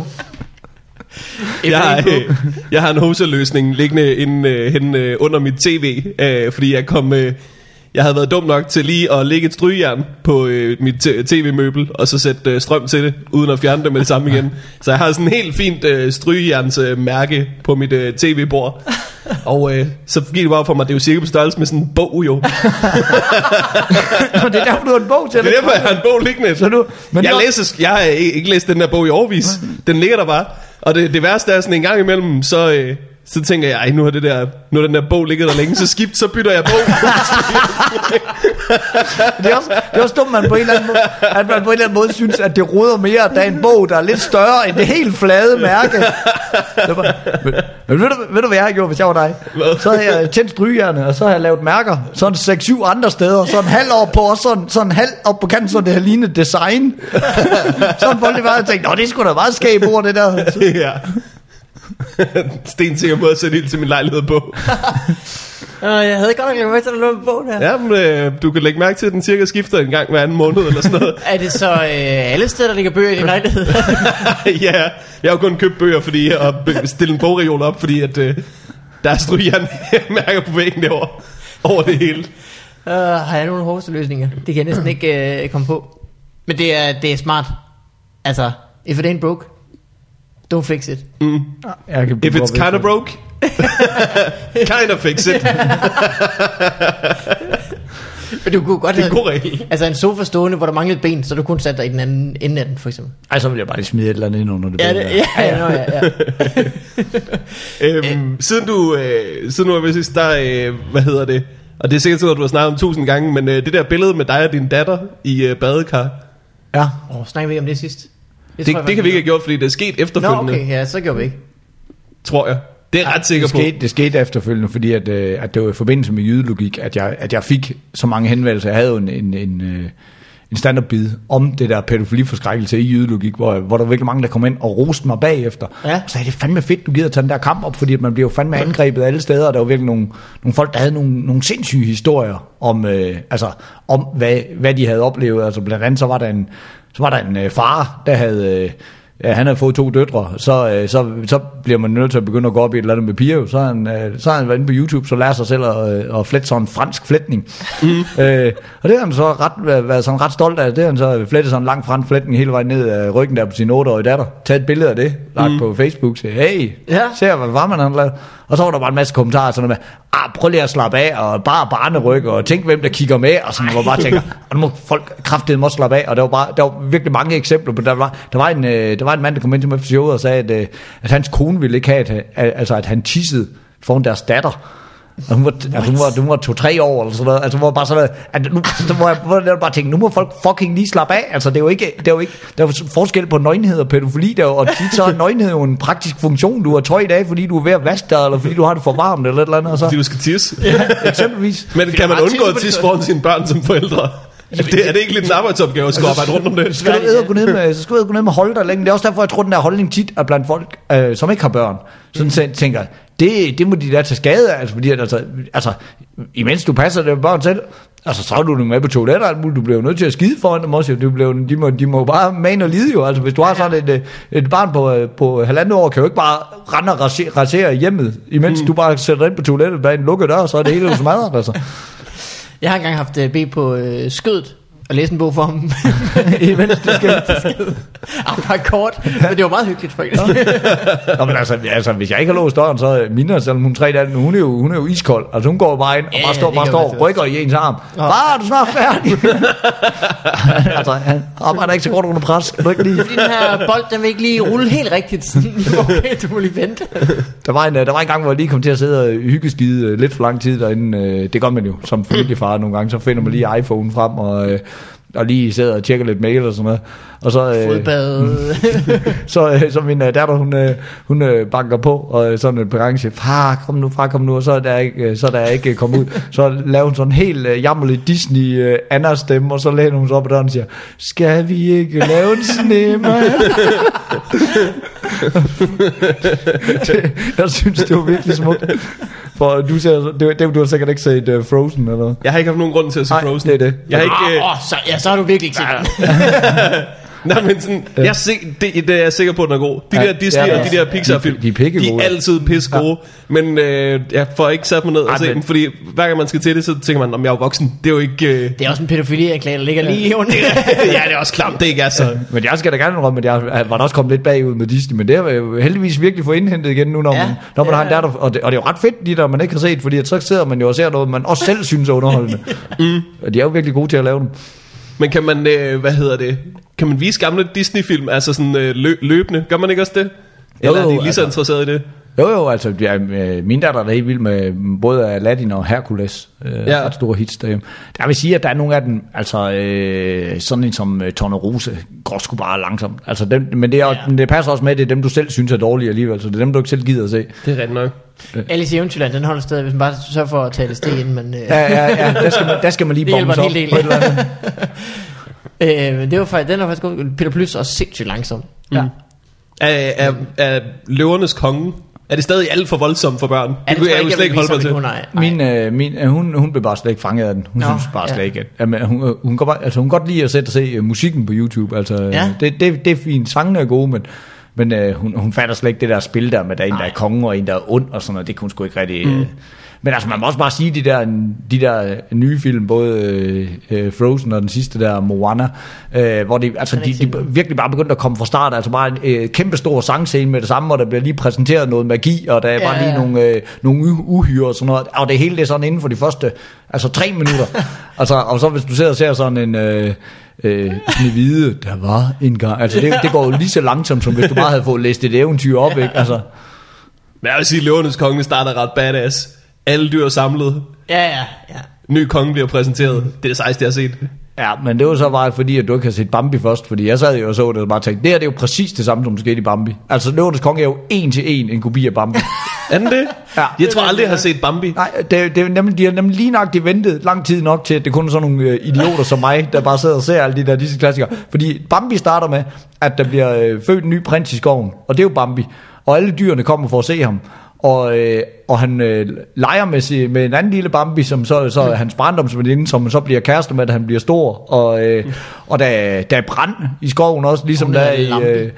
Jeg har en hoseløsning liggende inde under mit tv, fordi jeg havde været dum nok til lige at lægge et strygejern på mit tv-møbel, og så sætte strøm til det, uden at fjerne det med det samme igen. Så jeg har sådan en helt fint strygejernsmærke på mit tv-bord. Og så gik det bare for mig, det er jo cirka på størrelse med sådan en bog jo.
Det er derfor du har en bog til det.
Det er derfor jeg har en bog liggende. Jeg har ikke læst den der bog i årevis. Den ligger der bare. Og det værste er sådan en gang imellem, så tænker jeg, nu har den der bog ligget der længe, så bytter jeg bog.
Det er også dumt, man på en eller anden måde synes, at det roder mere, at der er en bog, der er lidt større end det helt flade mærke. Men ved du, hvad jeg har gjort, hvis jeg var dig? Så havde jeg tændt strygejernet, og så har jeg lavet mærker, sådan 6-7 andre steder, sådan halv op på, og sådan halv op på kanten, så det har lignet design. Sådan folk det var, og tænkte, det er sgu da meget skæb ord, det der.
Ja. Stensikker måde at sætte ild til min lejlighed på.
Jeg havde godt nok lagt med til at lave en bog der.
Ja, men du kan lægge mærke til, at den cirka skifter en gang hver anden måned eller sådan noget.
Er det så alle steder, der ligger bøger i din lejlighed?
Ja, jeg har jo kun købt bøger fordi at stille en bogreol op, fordi at der er strygejernmærker på væggen derovre over det hele.
Har jeg nogle hovedløsninger? Det kan jeg næsten ikke komme på. Men det er smart. Altså, if it ain't broke, don't fix it.
If it's kind of broke, kind of fix it.
Men du kunne godt
det er en god regel.
Altså en sofa stående, hvor der manglede et ben, så du kunne sætte dig i den anden ende af den, for eksempel.
Ej, så ville jeg bare smide et eller andet ind under det.
Ja.
Siden nu er vi sidst, der, hvad hedder det? Og det er sikkert sådan, at du har snakket om 1000 gange, men det der billede med dig og din datter i badekar.
Ja.
Snakker vi om det sidst?
Det kan vi ikke have gjort, fordi det er sket efterfølgende.
Nå, okay, ja, så gjorde vi ikke.
Tror jeg. Det er jeg ret sikker på.
Det skete efterfølgende, fordi at det var i forbindelse med jydelogik, at jeg fik så mange henvendelser. Jeg havde jo en stand-up-bid om det der pædofiliforskrækkelse i jydelogik, hvor der var virkelig mange, der kom ind og roste mig bagefter. Ja. Og så er det fandme fedt, du gider tage den der kamp op, fordi at man bliver jo fandme angrebet alle steder, og der var virkelig nogle folk, der havde nogle sindssyge historier om, om hvad de havde oplevet. Altså blandt andet så var der en far, der havde... han havde fået 2 døtre, så bliver man nødt til at begynde at gå op i et eller andet med piger. Så har han været inde på YouTube, så lærer sig selv at flette sådan en fransk flætning. Og det har han så været sådan ret stolt af. Det har han så flettet sådan en lang fransk flætning hele vejen ned af ryggen der på sin 8-årige datter. Taget et billede af det, lagt på Facebook, siger, hey, ser hvad var man han lavede. Og så var der bare en masse kommentarer sådan med, prøv lige at slappe af, og bare barneryg, og tænk hvem der kigger med, og sådan, hvor bare tænker, og nu må folk kraftedeme også slappe af, og der var virkelig mange eksempler på, der var en mand, der kom ind til mig for showet og sagde, at hans kone ville ikke have, at han tissede foran deres datter. Og hun var 2-3 år eller sådan noget. Altså hvor bare sådan hvor jeg bare tænkte, nu må folk fucking lige slappe af. Altså det er jo ikke der er forskel på nøgenhed og pædofili der, og tit så er nøgenhed jo en praktisk funktion. Du har tøj i dag, fordi du er ved at vaske dig, eller fordi du har det for varmt eller et eller andet. Og så.
Fordi du skal tisse.
Ja, eksempelvis.
Men kan man undgå at tisse foran sine børn som forældre? Er det ikke lidt en arbejdsopgave at skulle arbejde rundt om det?
Så skal du gå ned med holde dig længe. Det er også derfor, jeg tror, den der holdning tit er blandt folk, som ikke har børn. Sådan tænker, det må de der tage skade af. Altså, fordi altså, imens du passer det børn selv, altså, så er du med på toiletter, alt muligt. Du bliver jo nødt til at skide foran dem også. De må bare mane og lide jo. Altså, hvis du har sådan et barn på 1,5 år, kan jo ikke bare rende og rasere hjemmet, imens du bare sætter ind på toilettet bag en lukket dør, så er det hele jo smadret, altså. Jeg
har engang haft B på skødet og læse en bog for ham.
Imens det skal
bare kort, men det var meget hyggeligt faktisk.
Nå, men altså, hvis jeg ikke har låst døren, så Mina, selvom hun 3 dage, hun er jo iskold. Altså hun går bare ind og bare står og rykker i ens arm. Bare, er du snart færdig? Altså, han arbejder ikke så godt under pres. Kan du ikke lige?
Fordi den her bold, den vil ikke lige rulle helt rigtigt. Okay, du må lige vente. Der
var en gang, hvor jeg lige kom til at sidde og hyggeskide lidt for lang tid derinde. Det gør man jo som familiefar nogle gange. Så finder man lige iPhone frem og lige sidder og tjekker lidt mail og sådan noget. Og så så min datter hun banker på og sådan et par gange siger, far kom nu, og så er der ikke kommet ud. Så laver hun sådan en helt jammerlig Disney Anna stemme, og så læner hun sig op ad døren og siger, skal vi ikke lave en snemand? Jeg synes det var virkelig smukt. For du har sikkert ikke set Frozen eller noget.
Jeg har ikke haft nogen grund til at se Frozen.
Det er det.
Jeg har ikke,
så har du virkelig ikke set den.
Nej, men sådan, det er jeg sikker på, at den er god. De der Disney og de der Pixar-film,
de er
altid pisse gode. Ja. Men jeg får ikke sat mig ned og se dem, fordi hver gang man skal til det, så tænker man, om jeg er voksen. Det er jo ikke...
Det er også en pædofili-erklæring, der ligger lige under.
Ja, det er også klamt, det ikke er så.
Men jeg skal da gerne rømme, at jeg var da også kommet lidt bagud med Disney, men det har jo heldigvis virkelig fået indhentet igen nu, når man har en datter. Og det er jo ret fedt, de der man ikke har set, fordi så sidder man jo og ser noget, man også selv synes er underholdende. Og de er jo virkelig gode til at lave dem.
Men kan man, kan man vise gamle Disney-film, altså sådan løbende? Gør man ikke også det? Eller er de lige så interesseret i det?
Jo, altså min datter er helt vild med både Aladdin og Hercules. Ret store hits derhjemme. Jeg vil sige, at der er nogle af dem, altså sådan en som Tornerose, går sgu bare langsomt. Altså men det passer også med, det er dem, du selv synes er dårlige alligevel, så det er dem, du ikke selv gider at se.
Det er rigtigt nok.
Alice i Eventyrland, den holder stadig, hvis man bare sørger for at tage det sted inden man...
Ja, der skal man lige bombe sig op. Det hjælper en
hel del. Men det var faktisk, den var faktisk god. Peter Plys er sindssygt langsom.
Ja. Er Løvernes Konge, er det stadig alt for voldsomt for børn?
Det kunne jeg jo slet ikke holde
mig til. Hun blev bare slet ikke fanget af den. Hun synes bare slet ikke, at hun kan godt lide at sætte og se musikken på YouTube. Altså, det er fint. Sangene er gode, men hun fatter slet ikke det der spil der med, der er en, der er konge, og en, der er ond, og sådan noget. Det kunne hun sgu ikke rigtig... Men altså, man må også bare sige, de der nye film, både Frozen og den sidste der, Moana, hvor de virkelig bare begyndte at komme fra start. Altså bare en kæmpe stor sangscene med det samme, hvor der bliver lige præsenteret noget magi, og der er bare lige nogle uhyre og sådan noget. Og det hele det er sådan inden for de første 3 minutter. Altså, og så hvis du sidder og ser sådan en... Snehvide, der var en gang. Altså det går jo lige så langsomt, som hvis du bare havde fået læst et eventyr op, ikke? Altså.
Men jeg vil sige, Løvernes Konge starter ret badass. Alle dyr er samlet.
Ja.
Ny konge bliver præsenteret. Det er det sejeste, jeg har set.
Ja, men det var så bare fordi, at du ikke har set Bambi først. Fordi jeg sad jo og så det og bare tænkte, det er jo præcis det samme, som skete i Bambi. Altså Løvernes Konge er jo 1 til 1 en kopi af Bambi.
Er den det?
Ja.
Jeg tror aldrig, jeg har set Bambi.
Nej, det er nemlig, de har nemlig lige nok ventet lang tid nok til, at det kun er sådan nogle idioter som mig, der bare sidder og ser alle disse klassikere. Fordi Bambi starter med, at der bliver født en ny prins i skoven, og det er jo Bambi. Og alle dyrene kommer for at se ham. Og han leger med en anden lille Bambi, som så er hans barndomsveninde, som så bliver kærester med, da han bliver stor. Og der er brand i skoven også, ligesom der i...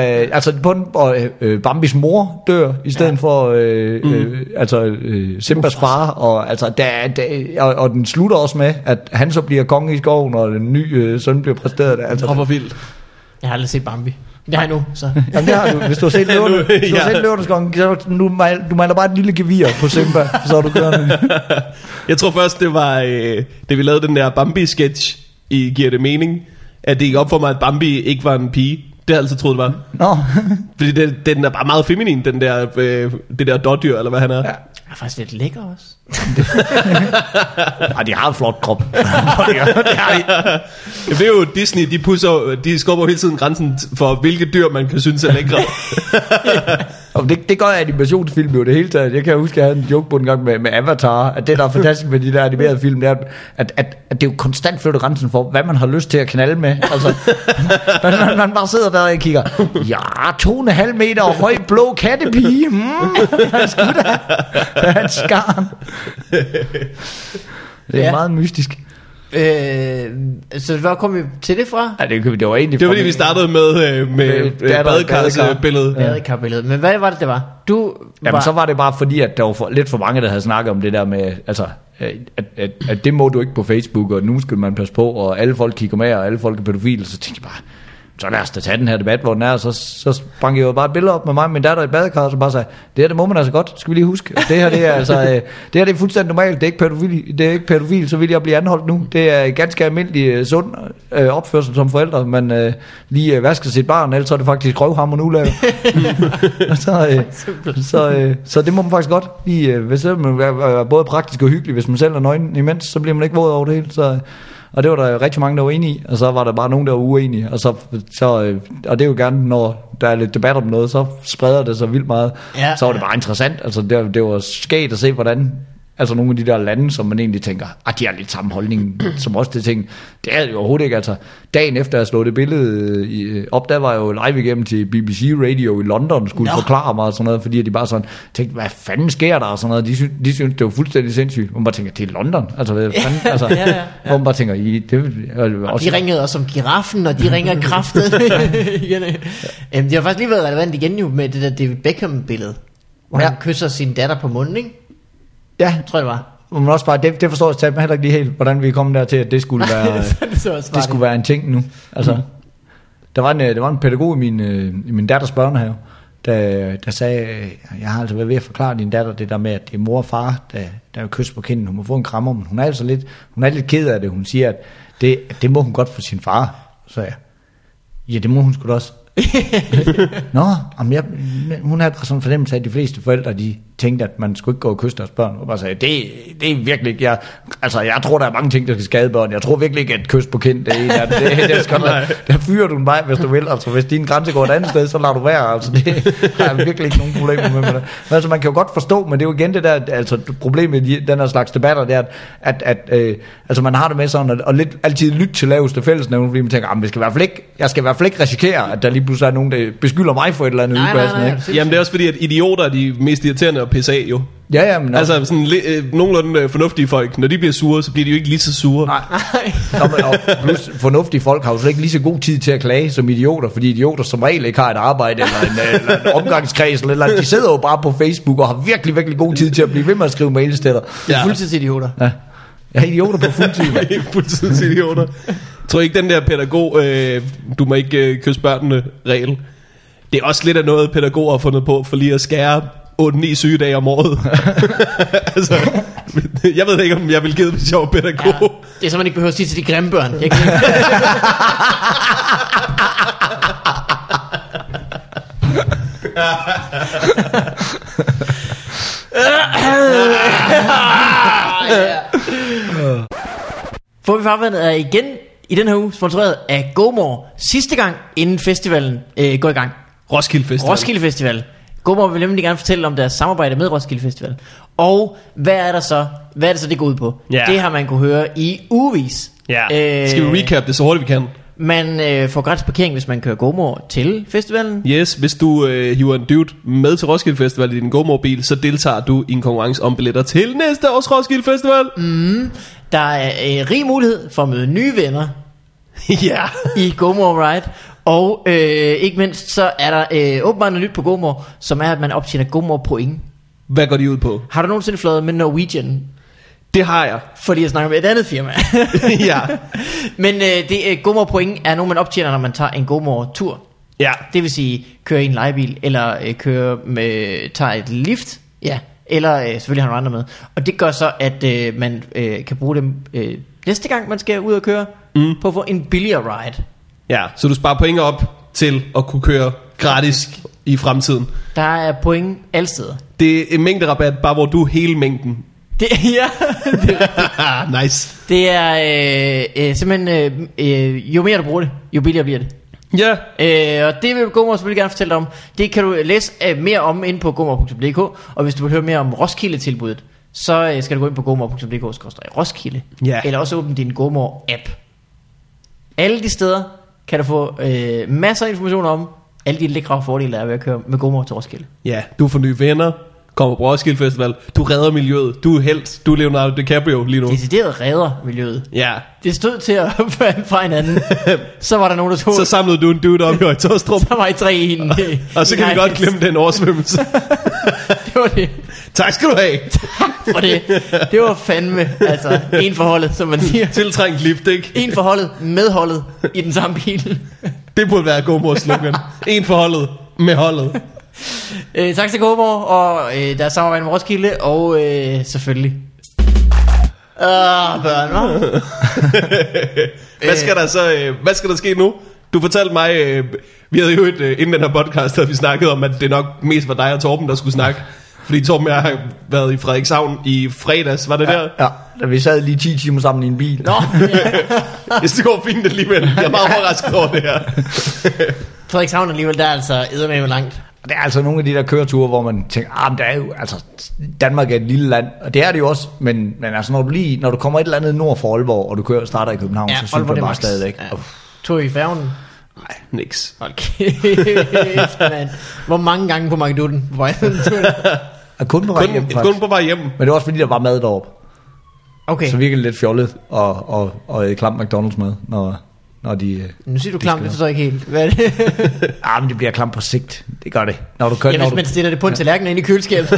Bambis mor dør i stedet for Simbas far. Og den slutter også med, at han så bliver konge i skoven, og den nye søn bliver præsteret der.
Hvor vildt.
Jeg har aldrig set Bambi. Det har jeg nu, så.
Jamen det har du. Hvis du har set Løvernes så du maler bare et lille gevir på Simba, så er du kørende.
Jeg tror først, det var, da vi lavede den der Bambi-sketch i Giver det mening, at det gik op for mig, at Bambi ikke var en pige. Det har jeg altid troet, det var.
Nå.
Fordi den er bare meget feminin, den der, det der dårdyr, eller hvad han er.
Ja. Jeg er faktisk lidt lækker også.
Ej, de har en flot krop.
Det er jo Disney, de skubber hele tiden grænsen for, hvilke dyr man kan synes er lækre.
Det gør animationsfilm jo det hele taget. Jeg kan huske, at jeg havde en joke på en gang med Avatar, at det der er fantastisk med de der animerede film, det er, at det er jo konstant flytter grænsen for, hvad man har lyst til at knalde med. Altså, man bare sidder der og kigger, 2,5 meter høj blå kattepige. Det er en skarn. Det er meget mystisk.
Så hvor kom vi til det fra?
Ja, det var egentlig...
Det var fordi vi startede med badekarsbilledet.
Badekarbilledet. Men hvad var det var?
Jamen så var det bare fordi, at der var lidt for mange, der havde snakket om det der med, altså, at det må du ikke på Facebook, og nu skal man passe på, og alle folk kigger med, og alle folk er pædofile. Så tænkte jeg bare, så lad os da tage den her debat, hvor den er, og så sprang jeg jo bare et billede op med mig og min datter i badekar, og så bare sagde, det må man altså godt, skal vi lige huske. Det her, det er altså, det her det er fuldstændig normalt, det er ikke pædofil, så vil jeg blive anholdt nu. Det er ganske almindelig sund opførsel som forældre, man lige vasker sit barn, ellers er det faktisk røvhammer nu lavet. Så det må man faktisk godt lige, hvis man er både praktisk og hyggelig, hvis man selv er nøgen imens, så bliver man ikke våd over det hele, så... Og det var der rigtig mange, der var enige i, og så var der bare nogen, der var uenige. Og det er jo gerne, når der er lidt debat om noget, så spreder det sig vildt meget. Ja. Så var det bare interessant. Altså det var skægt at se, hvordan... Altså nogle af de der lande, som man egentlig tænker, de har lidt samme holdning som også det ting. Det er jo overhovedet ikke, altså. Dagen efter jeg slog det billede op, der var jeg jo live igennem til BBC Radio i London, og skulle forklare mig og sådan noget, fordi de bare sådan tænkte, hvad fanden sker der og sådan noget. De synes det var fuldstændig sindssygt. Man bare tænker, det er London. Altså, hvad fanden? Altså, hvor man bare tænker,
og de ringede også om giraffen, og de ringer kraftet. Det har faktisk lige været relevant igen jo med det der David Beckham-billede, hvor han kysser sin datter på munden, ikke?
Ja,
tror jeg det var.
Men også bare, det forstår jeg heller ikke lige helt, hvordan vi kom der til, at det skulle være, det skulle være en ting nu. Altså, der var en pædagog i min datters børnehave, der sagde, jeg har altså været ved at forklare din datter det der med, at det er mor og far, der er kys på kinden. Hun må få en krammer, men hun er lidt ked af det. Hun siger, at det må hun godt for sin far. Så ja, det må hun sgu da også. Nå, hun havde sådan en fornemmelse af, at de fleste forældre, de tænkte, at man skulle ikke gå og kysse deres børn. Og bare sagde, det er virkelig ikke, jeg tror, der er mange ting, der skal skade børn. Jeg tror virkelig ikke, at kys på kind, det er en af dem. Der fyrer du en vej, hvis du vil. Altså, hvis din grænse går et andet sted, så lader du være. Altså, det har jeg virkelig ikke nogen problemer med det. Men altså, man kan jo godt forstå, men det er jo igen det der, altså, problemet i den her slags debatter, det er, at man har det med sådan, og lidt altid lytte til laveste fællesnævne, fordi man tænker, jeg skal i hvert fald ikke risikere, at der lige pludselig er nogen, der beskylder mig for et eller andet upassende.
Jamen, det er også fordi, at idioter er de mest irriterende at pisse af, jo.
Ja, men
altså sådan nogenlunde fornuftige folk, når de bliver sure, så bliver de jo ikke lige så sure.
Nej. Plus fornuftige folk har jo så ikke lige så god tid til at klage som idioter, fordi idioter som regel ikke har et arbejde eller en omgangskreds eller de sidder jo bare på Facebook og har virkelig, virkelig god tid til at blive ved med at skrive mails til dig.
Ja. Fuldtidsidioter.
Ja, idioter på fuldtid.
Fuldtidsidioter. Tror ikke den der pædagog, du må ikke kysse børnene regel. Det er også lidt af noget pædagoger har fundet på for lige at skære 8-9 sygedage om året. Altså, jeg ved ikke, om jeg vil give det, hvis jeg var pædagog. Ja,
det er så man ikke behøver at sige til de grimme børn. Får vi farvandet er igen i den her uge sponsoreret af GoMore. Sidste gang inden festivalen går i gang.
Roskilde Festival.
GoMore vil nemlig gerne fortælle om deres samarbejde med Roskilde Festival. Og hvad er det så, det går ud på?
Ja.
Det har man kunne høre i ugevis.
Ja. Skal vi recap det så hurtigt vi kan?
Man får gratis parkering, hvis man kører GoMore til festivalen.
Yes, hvis du hiver en dude med til Roskilde Festival i din GoMore-bil, så deltager du i en konkurrence om billetter til næste års Roskilde Festival.
Der er rig mulighed for at møde nye venner
Ja.
i GoMore Ride. Og ikke mindst så er der åbenbart noget nyt på GoMore, som er at man optjener GoMore point.
Hvad går de ud på?
Har du nogensinde fløjet med Norwegian?
Det har jeg.
Fordi jeg snakker med et andet firma.
Ja.
Men GoMore point er noget man optjener, når man tager en GoMore tur.
Ja.
Det vil sige køre i en lejebil, eller tager et lift. Ja. Eller selvfølgelig har nogle andre med. Og det gør så at man kan bruge dem næste gang man skal ud og køre, på at få en billigere ride.
Ja, så du sparer point op til at kunne køre gratis i fremtiden.
Der er point alle steder.
Det er en mængderabat, bare hvor du er hele mængden.
Det, ja, det er
Nice.
Det er simpelthen jo mere du bruger det, jo billigere bliver det.
Ja.
Og det vil GoMore selvfølgelig gerne fortælle dig om. Det kan du læse mere om inde på gomore.dk. Og hvis du vil høre mere om Roskilde-tilbuddet, så skal du gå ind på gomore.dk/Roskilde.
Ja.
Eller også åbne din GoMore-app. Alle de steder kan du få masser af information om alle de lækre fordele, der er ved at køre med GoMore til Roskilde.
Ja, du får nye venner, kommer på Roskilde Festival, du redder miljøet, du er helt, du er Leonardo DiCaprio lige nu.
Decideret redder miljøet.
Ja.
Det stod til at falde fra hinanden. Så var der nogen, der tog...
Så samlede du en dude op i Høje-Taastrup.
Så var I 3 i en...
Og så kan vi godt glemme den oversvømmelse.
Det var det.
Tak skal du have.
For det. Det var fandme, altså, en for holdet, som man siger.
Tiltrængt lift, ikke?
En for holdet, med holdet, i den samme bil.
Det burde være GoMores slogan. En for holdet, med holdet.
Tak til GoMore, og der er samarbejde med Roskilde, og selvfølgelig... børn, hva'?
Hvad skal der ske nu? Du fortalte mig, vi havde jo inden den her podcast, havde vi snakket om, at det nok mest var dig og Torben, der skulle snakke. Fordi Torben og jeg har været i Frederikshavn i fredags, var det der?
Ja, da vi sad lige 10 timer sammen i en bil.
Nå, ja.
Hvis det går fint alligevel. Jeg er meget overrasket over det her.
Frederikshavn alligevel, der er altså eddermame langt.
Og det er altså nogle af de der køreture, hvor man tænker, men der er jo, altså, Danmark er et lille land, og det er det jo også, men altså, når du kommer et eller andet nord for Aalborg, og du starter i København, så synes jeg bare stadigvæk.
Ja. Tog I færgen?
Nej, niks.
Hold kæft, mand. Hvor mange gange på Magduden?
Kun på vej hjem, faktisk.
Kun på vej hjem.
Men det var også fordi, der var mad deroppe.
Okay.
Så virkelig lidt fjollet og klam McDonald's mad, når de...
Nu siger du klam, det forstår jeg ikke helt. Hvad er det?
Men det bliver klam på sigt. Det gør det. Når du kører,
ja, hvis man stiller det på en tallerken ind i køleskabet.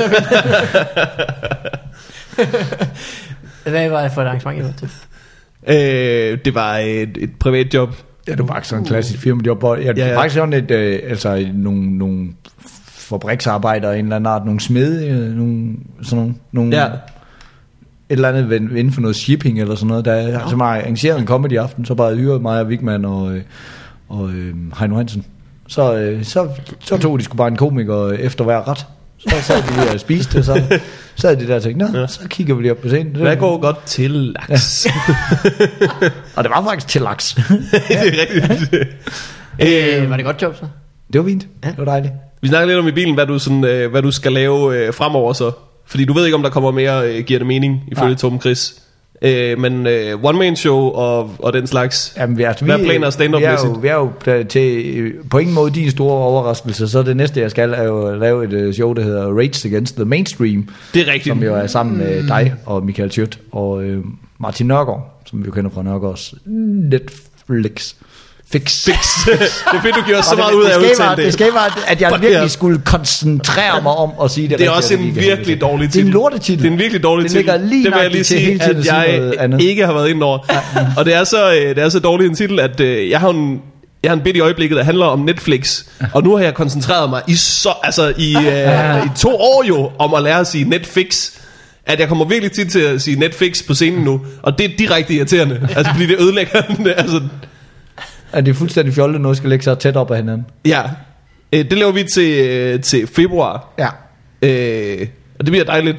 Hvad var det for et arrangement, I var til?
Det var et privat job.
Ja, det var faktisk sådan en klassisk firmajob. Ja. Faktisk sådan nogle fabriksarbejder af en eller anden art, nogle smede, nogle
ja.
Et eller andet inden for noget shipping eller sådan noget. Der har så meget arrangeret en comedy aften, så bare hyrede mig og Wigman og Heino Hansen. Så tog de sgu bare en komiker efter hver ret. Så sad de lige og spiste, så sad de der og tænkte, så kigger vi lige op på scenen.
Hvad går godt til laks? Ja.
Og det var faktisk til laks.
Det er rigtigt.
Var det godt job så?
Det var fint, det var dejligt.
Vi snakker lidt om i bilen, hvad du skal lave fremover så. Fordi du ved ikke, om der kommer mere, giver det mening, ifølge Torben Chris. Men one-man-show og den slags.
Jamen,
hvad er planer og stand-up-mæssigt?
Vi er jo til på ingen måde din store overraskelse. Så det næste, jeg skal, er jo lave et show, der hedder Rage Against the Mainstream.
Det er rigtigt.
Som jo er sammen med dig og Michael Schødt og Martin Nørgaard, som vi jo kender fra Nørgaards Netflix. Fix. Det
er fedt, du giver os så meget ud af at udtale det.
Det skal være, at jeg virkelig skulle koncentrere mig om at sige det.
Det er også en virkelig dårlig titel.
Det er en lortetitel.
Det er en virkelig dårlig titel.
Det vil jeg lige sige,
at jeg ikke har været inde over. Og det er så dårlig en titel, at jeg har en bit i øjeblikket, der handler om Netflix. Og nu har jeg koncentreret mig i 2 år jo om at lære at sige Netflix. At jeg kommer virkelig tit til at sige Netflix på scenen nu. Og det er direkte irriterende. Altså fordi det ødelægger altså.
Er det fuldstændig fjollet, noget skal lægge sig tæt op af hinanden?
Ja, det laver vi til februar.
Ja.
Og det bliver dejligt.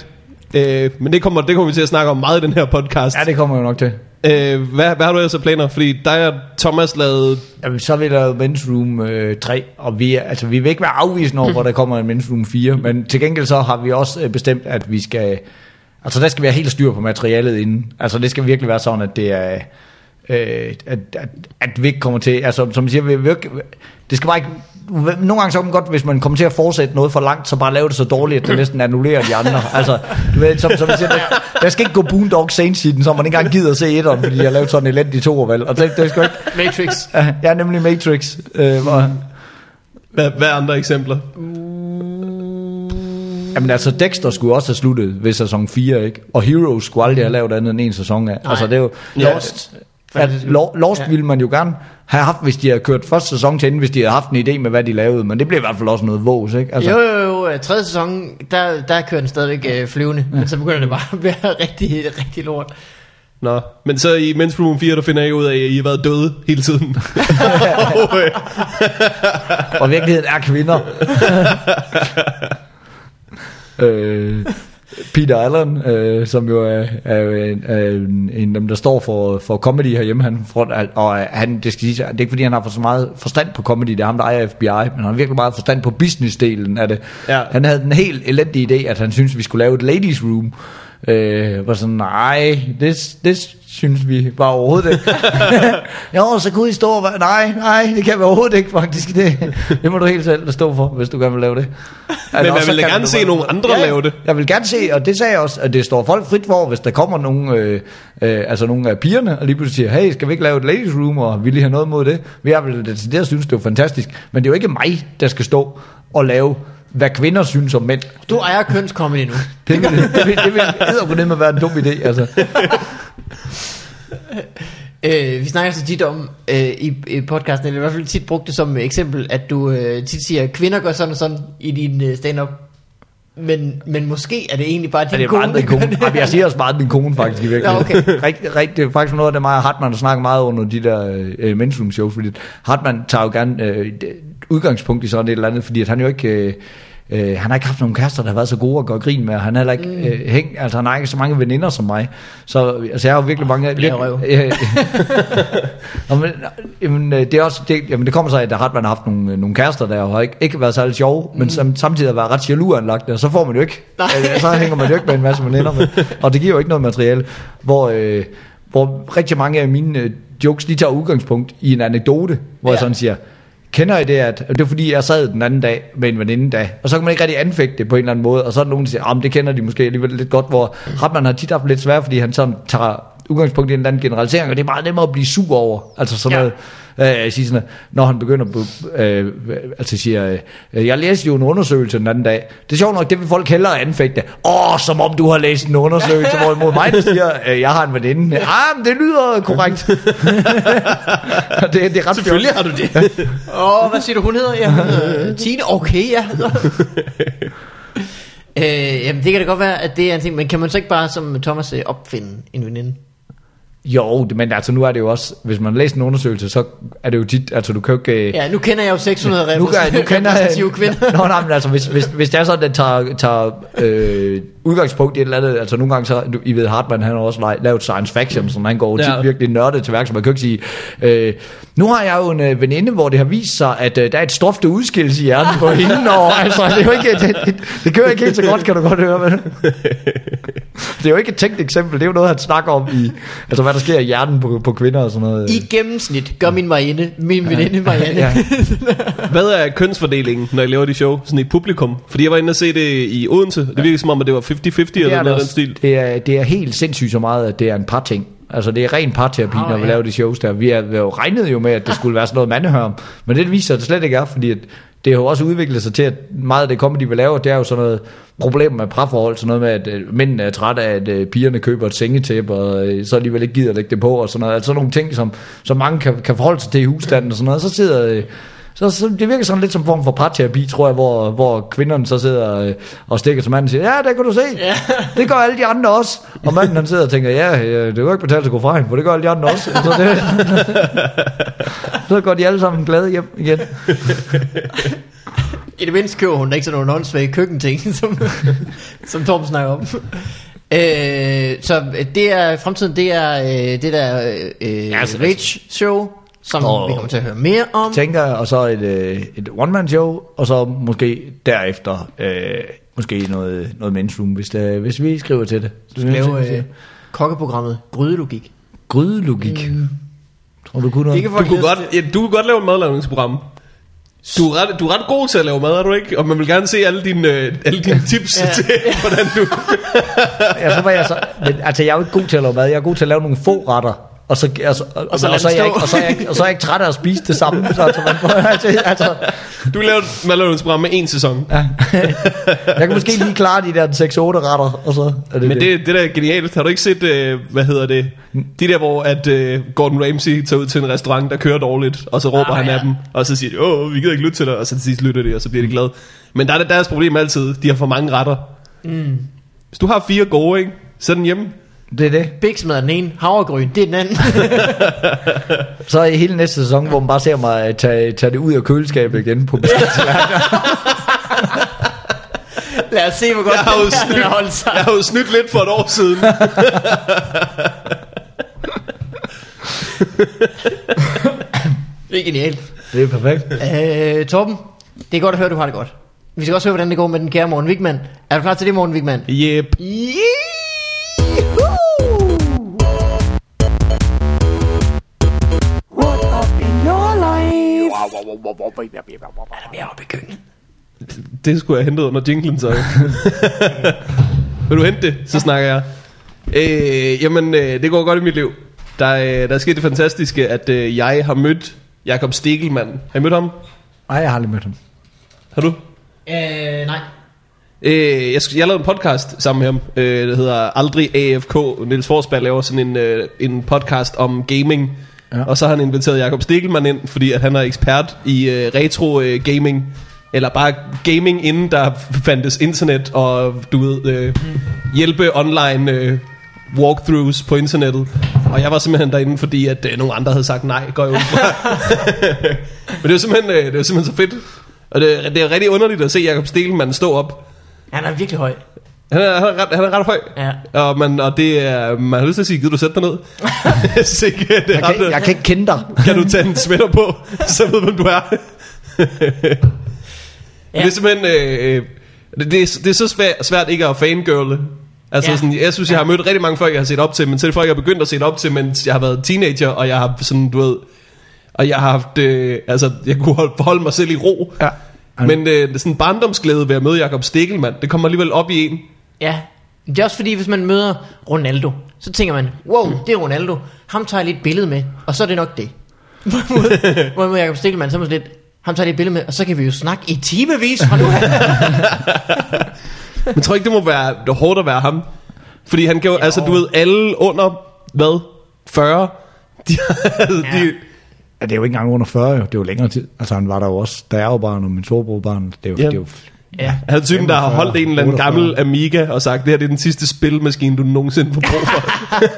Men det kommer vi til at snakke om meget i den her podcast.
Ja, det kommer jo nok til.
Hvad har du ellers af planer? Fordi dig og Thomas lavede...
Jamen, så vil der jo Men's Room 3, og vi vil ikke være afvisende over, hvor der kommer en Men's Room 4, men til gengæld så har vi også bestemt, at vi skal... Altså, der skal vi have helt styr på materialet inden. Altså, det skal virkelig være sådan, at det er... at vi ikke kommer til... Altså, som jeg siger, det skal bare ikke... Nogle gange så er det godt, hvis man kommer til at fortsætte noget for langt, så bare lave det så dårligt, at det næsten annullerer de andre. Altså, du ved, som jeg siger, der skal ikke gå Boondock Saints i den, så man ikke engang gider at se etteren, fordi jeg har lavet sådan en elendig toervalg. Og det skal ikke...
Matrix.
Ja, nemlig Matrix.
Hvad andre eksempler?
Jamen altså, Dexter skulle også have sluttet ved sæson 4, ikke? Og Heroes skulle aldrig have lavet andet end en sæson af.
Nej.
Altså, det er jo...
Lost.
Lost ville man jo gerne have haft, hvis de havde kørt første sæson til enden, hvis de havde haft en idé med, hvad de lavede. Men det blev i hvert fald også noget vås, ikke? Altså.
Jo, tredje sæson, der kører den stadigvæk flyvende. Men så begynder det bare at være rigtig, rigtig lort.
Nå, men så i Men's Room 4, der finder jeg ud af, at I har været døde hele tiden.
Og virkeligheden er kvinder. Peter Allen, som jo er en af dem, der står for comedy herhjemme, det skal sige, det er ikke fordi han har for så meget forstand på comedy, det er ham der ejer FBI, men han har virkelig meget forstand på business-delen af det. Ja. Han havde den helt elendige idé, at han synes vi skulle lave et ladies room. Var sådan, nej, det synes vi bare overhovedet ikke. Jo, så kunne I stå og nej, det kan vi overhovedet ikke faktisk. Det må du helt selv stå for, hvis du gerne vil lave det.
Men jeg vil gerne se nogle andre lave det.
Jeg vil gerne se, og det sagde jeg også, at det står folk frit for, hvis der kommer nogle af pigerne, og lige pludselig siger, hey, skal vi ikke lave et ladies room, og vil I have noget mod det? Jeg vil det synes, det er fantastisk, men det er jo ikke mig, der skal stå og lave hvad kvinder synes om mænd.
Du ejer kønskomedy nu.
Det vil eddergå være en dum idé, altså.
Vi snakker så tit om i podcasten, eller i hvert fald tit brugt det som eksempel, at du tit siger, at kvinder gør sådan og sådan i din stand-up. Men måske er det egentlig bare din kone.
Jamen, jeg siger også meget min kone faktisk i virkeligheden. Ja, okay. Det er faktisk noget af det, mig og Hartmann snakker meget under de der Men's Room shows, fordi Hartmann tager jo gerne udgangspunkt i sådan et eller andet, fordi at han jo ikke... han har ikke haft nogen kærester, der har været så gode at gøre grin med, han har heller ikke altså han har ikke så mange veninder som mig, så altså jeg har jo virkelig mange men det er også det kommer så af, at Hartmann har haft nogle kærester, der har ikke været særlig sjove, men samtidig har været ret jaloux-anlagt, og så får man jo ikke så hænger man jo ikke med en masse veninder med, og det giver jo ikke noget materiale, hvor rigtig mange af mine jokes, de tager udgangspunkt i en anekdote, hvor jeg sådan siger, kender I det, at det er fordi jeg sad den anden dag med en veninde dag, og så kan man ikke rigtig anfægte det på en eller anden måde, og så er der nogen der siger, det kender de måske alligevel lidt godt, hvor Hartmann har tit haft lidt svært, fordi han sådan tager udgangspunkt i en eller anden generalisering, og det er meget nemmere at blive sur over, altså sådan noget. Siger sådan, når han begynder altså siger, jeg læste jo en undersøgelse den anden dag. Det er sjovt nok, det vil folk hellere anfægte. Som om du har læst en undersøgelse, hvorimod mig der siger, jeg har en veninde. Men det lyder korrekt. det er ret
selvfølgelig har du det. Hvad siger du, hun hedder? Jeg hedder Tine. Okay, jeg hedder. Jamen det kan da godt være, at det er en ting, men kan man så ikke bare som Thomas opfinde en veninde?
Jo, men altså nu er det jo også, hvis man læser en undersøgelse, så er det jo tit, altså du kan jo ikke...
Ja, nu kender jeg jo 600 repræsentative kvinder.
Men altså hvis det er sådan, at den tager udgangspunkt i et eller andet, altså nogle gange så, I ved Hartmann, han har også lavet science fiction, så han går tit virkelig nørdet til værk, så man kan ikke sige, nu har jeg jo en veninde, hvor det har vist sig, at der er et stof, der udskilles i hjernen på hende, og altså, det er jo ikke, det kører ikke helt så godt, kan du godt høre, men det er jo ikke et tænkt eksempel, det er jo noget, han snakker om i, altså hvad der sker i hjernen på kvinder og sådan noget.
I gennemsnit gør min veninde Marianne.
Ja. Hvad er kønsfordelingen, når I laver de show, sådan i publikum? Fordi jeg var inde og se det i Odense, det virkede som om, at det var 50-50 eller noget af den stil.
Det er helt sindssygt så meget, at det er en parting. Altså det er ren parterapi, når vi laver de shows der. Vi har jo regnet med, at det skulle være sådan noget mandehørm, men det viser det slet ikke er, fordi at det har jo også udviklet sig til, at meget af det comedy, vi laver, det er jo sådan noget problem med parforhold, sådan noget med, at mændene er trætte af, at pigerne køber et sengetæppe, og så alligevel ikke gider lægge det på, og sådan noget. Altså sådan nogle ting, som mange kan forholde sig til i husstanden og sådan noget. Så sidder... Så det virker sådan lidt som form for parterapi, tror jeg, hvor kvinderne så sidder og stikker til manden og siger, ja, det kan du se, det gør alle de andre også. Og manden han sidder og tænker, det kan jo ikke betale sig at gå fra hende, for det gør alle de andre også. Så går de alle sammen glade hjem igen.
I det mindste køber hun da ikke sådan nogle åndssvage køkkenting, som Torben snakker om. Så det er fremtiden, det er det der Rage show, som vi kommer til at høre mere om.
Tænker, og så et one-man show, og så måske derefter måske noget mainstream, hvis vi skriver til det.
Du skal lave kokkeprogrammet Grydelogik.
Grydelogik? Tror du kunne noget?
Du kunne godt lave et madlavningsprogram. Du er ret god til at lave mad, er du ikke? Og man vil gerne se alle dine tips til, hvordan du...
jeg er jo ikke god til at lave mad. Jeg er god til at lave nogle få retter. Og så er jeg ikke træt af at spise det samme.
Du lavede et madlavningsprogram med 1 sæson.
Ja. Jeg kan måske lige klare de der 6-8 retter. Og så er det.
Men det der er genialt. Har du ikke set, de der, hvor at Gordon Ramsay tager ud til en restaurant, der kører dårligt, og så råber han af dem, og så siger de, vi gider ikke lytte til dig, og så til sidst lytter de, og så bliver de glade. Men der er deres problem altid. De har for mange retter. Hvis du har 4 gode, ikke? Så er den hjemme.
Det er det.
Biksmad er den ene, havregryn, det er den anden.
Så i hele næste sæson, hvor man bare ser mig tage det ud af køleskabet igen på bestillingsværker.
Lad os se, hvor godt
jeg har jo snydt lidt for et år siden.
Det er genialt.
Det er perfekt.
Torben, det er godt at høre, du har det godt. Vi skal også høre, hvordan det går med den kære Morten Wigman. Er du klar til det, Morten Wigman?
Yep.
Er der mere oppe i køkkenet?
Det skulle jeg hente under jinglen, så. Vil du hente det, så snakker jeg. Det går godt i mit liv. Der er sket det fantastiske, at jeg har mødt Jakob Stegelmann. Har I mødt ham?
Nej, jeg har aldrig mødt ham.
Har du?
Nej.
Jeg lavede en podcast sammen med ham. Det hedder Aldrig AFK. Niels Forsberg laver sådan en podcast om gaming. Ja. Og så har han inviteret Jakob Stegelmann ind, fordi at han er ekspert i retro gaming. Eller bare gaming, inden der fandtes internet og du ved hjælpe online walkthroughs på internettet. Og jeg var simpelthen derinde, fordi at nogle andre havde sagt nej, går jeg ud fra. Men det var simpelthen så fedt. Og det er rigtig underligt at se Jakob Stegelmann stå op.
Han er virkelig høj.
Han er ret høj.
Ja.
Og det er, man har lyst til at sige, gider du sætte dig ned?
Jeg kan ikke kende dig.
Kan du tage en sweater på, så ved hvem du er. Det er simpelthen det er så svært ikke at fangirle. Altså sådan, jeg synes jeg har mødt rigtig mange folk jeg har set op til, men selv folk jeg har begyndt at se op til, mens jeg har været teenager, og jeg har sådan, du ved, og jeg har haft jeg kunne forholde mig selv i ro. Ja. Men sådan barndomsglæde ved at møde Jakob Stegelmann, det kommer alligevel op i en.
Ja. Det er også fordi, hvis man møder Ronaldo, så tænker man, wow, det er Ronaldo, ham tager jeg lidt billede med, og så er det nok det. Hvorimod Jakob Stegelmann, så er man lidt, ham tager jeg lidt billede med, og så kan vi jo snakke i timevis fra nu af.
Men tror ikke det må være hårdt at være ham? Fordi han kan jo, altså du ved, alle under, hvad, 40?
Ja, det er jo ikke engang under 40, jo. Det er jo længere tid. Altså han var der jo også, da jeg var barn, og min storebror-barn. Det er jo
Ja. Han er typen, der har holdt en eller anden gammel Amiga og sagt, det her det er den sidste spilmaskine, du nogensinde får brug for.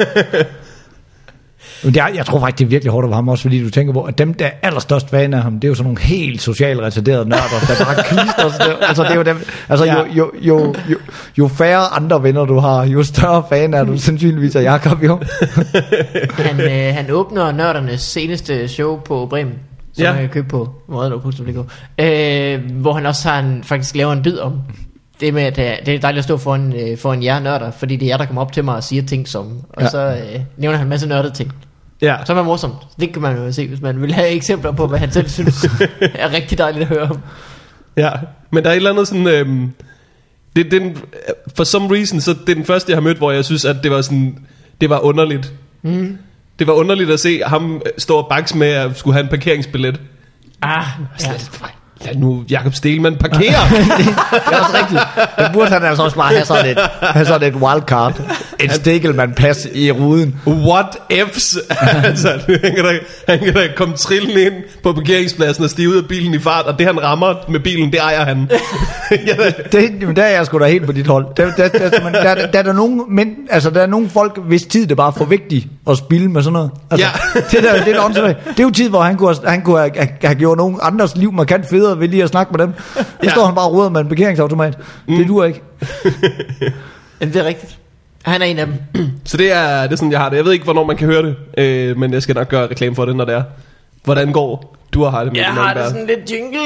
Jeg tror faktisk, det er virkelig hårdt for ham også, fordi du tænker på, at dem, der er allerstørst fan af ham, det er jo sådan nogle helt socialt retarderede nørder, der bare klister sig. Altså, det er jo dem, altså, jo færre andre venner du har, jo større fan er du sandsynligvis af Jakob, jo.
Han åbner nørdernes seneste show på Bremen, som man kan købe på modderlov.dk, hvor han også faktisk laver en bid om det med, at det er dejligt at stå foran jer nørder, fordi det er jer, der kommer op til mig og siger ting som, og så nævner han en masse nørdede ting. Ja. Så er man morsomt. Det kan man jo se, hvis man vil have eksempler på, hvad han selv synes er rigtig dejligt at høre om. Ja,
men der er et eller andet sådan for some reason, så det er den første jeg har mødt, hvor jeg synes at det var sådan, det var underligt. Det var underligt at se ham stå og bakse med at skulle have en parkeringsbillet. Lad nu Jakob Stegelmann parkere.
Det er også rigtigt. Der burde han altså også bare have sådan et wildcard. Et Stegelmann-pas i ruden.
What ifs? Altså, han kan da komme trillende ind på parkeringspladsen og stige ud af bilen i fart, og det han rammer med bilen, det ejer han.
Der er jeg sgu da helt på dit hold. Der er der nogle mænd, altså der er nogle folk, hvis tid det bare er for vigtigt at spille med sådan noget. Altså, det er jo tid, hvor han kunne have gjort nogen andres liv markant federe bedre ved lige at snakke med dem. Så står han bare og ruder med en parkeringsautomat. Det duer ikke.
Jamen, det er rigtigt. Han er en af dem.
Så det er sådan, jeg har det. Jeg ved ikke, hvornår man kan høre det, men jeg skal nok gøre reklame for det, når det er. Hvordan går du har det med
Jeg
det?
har det sådan lidt jingle.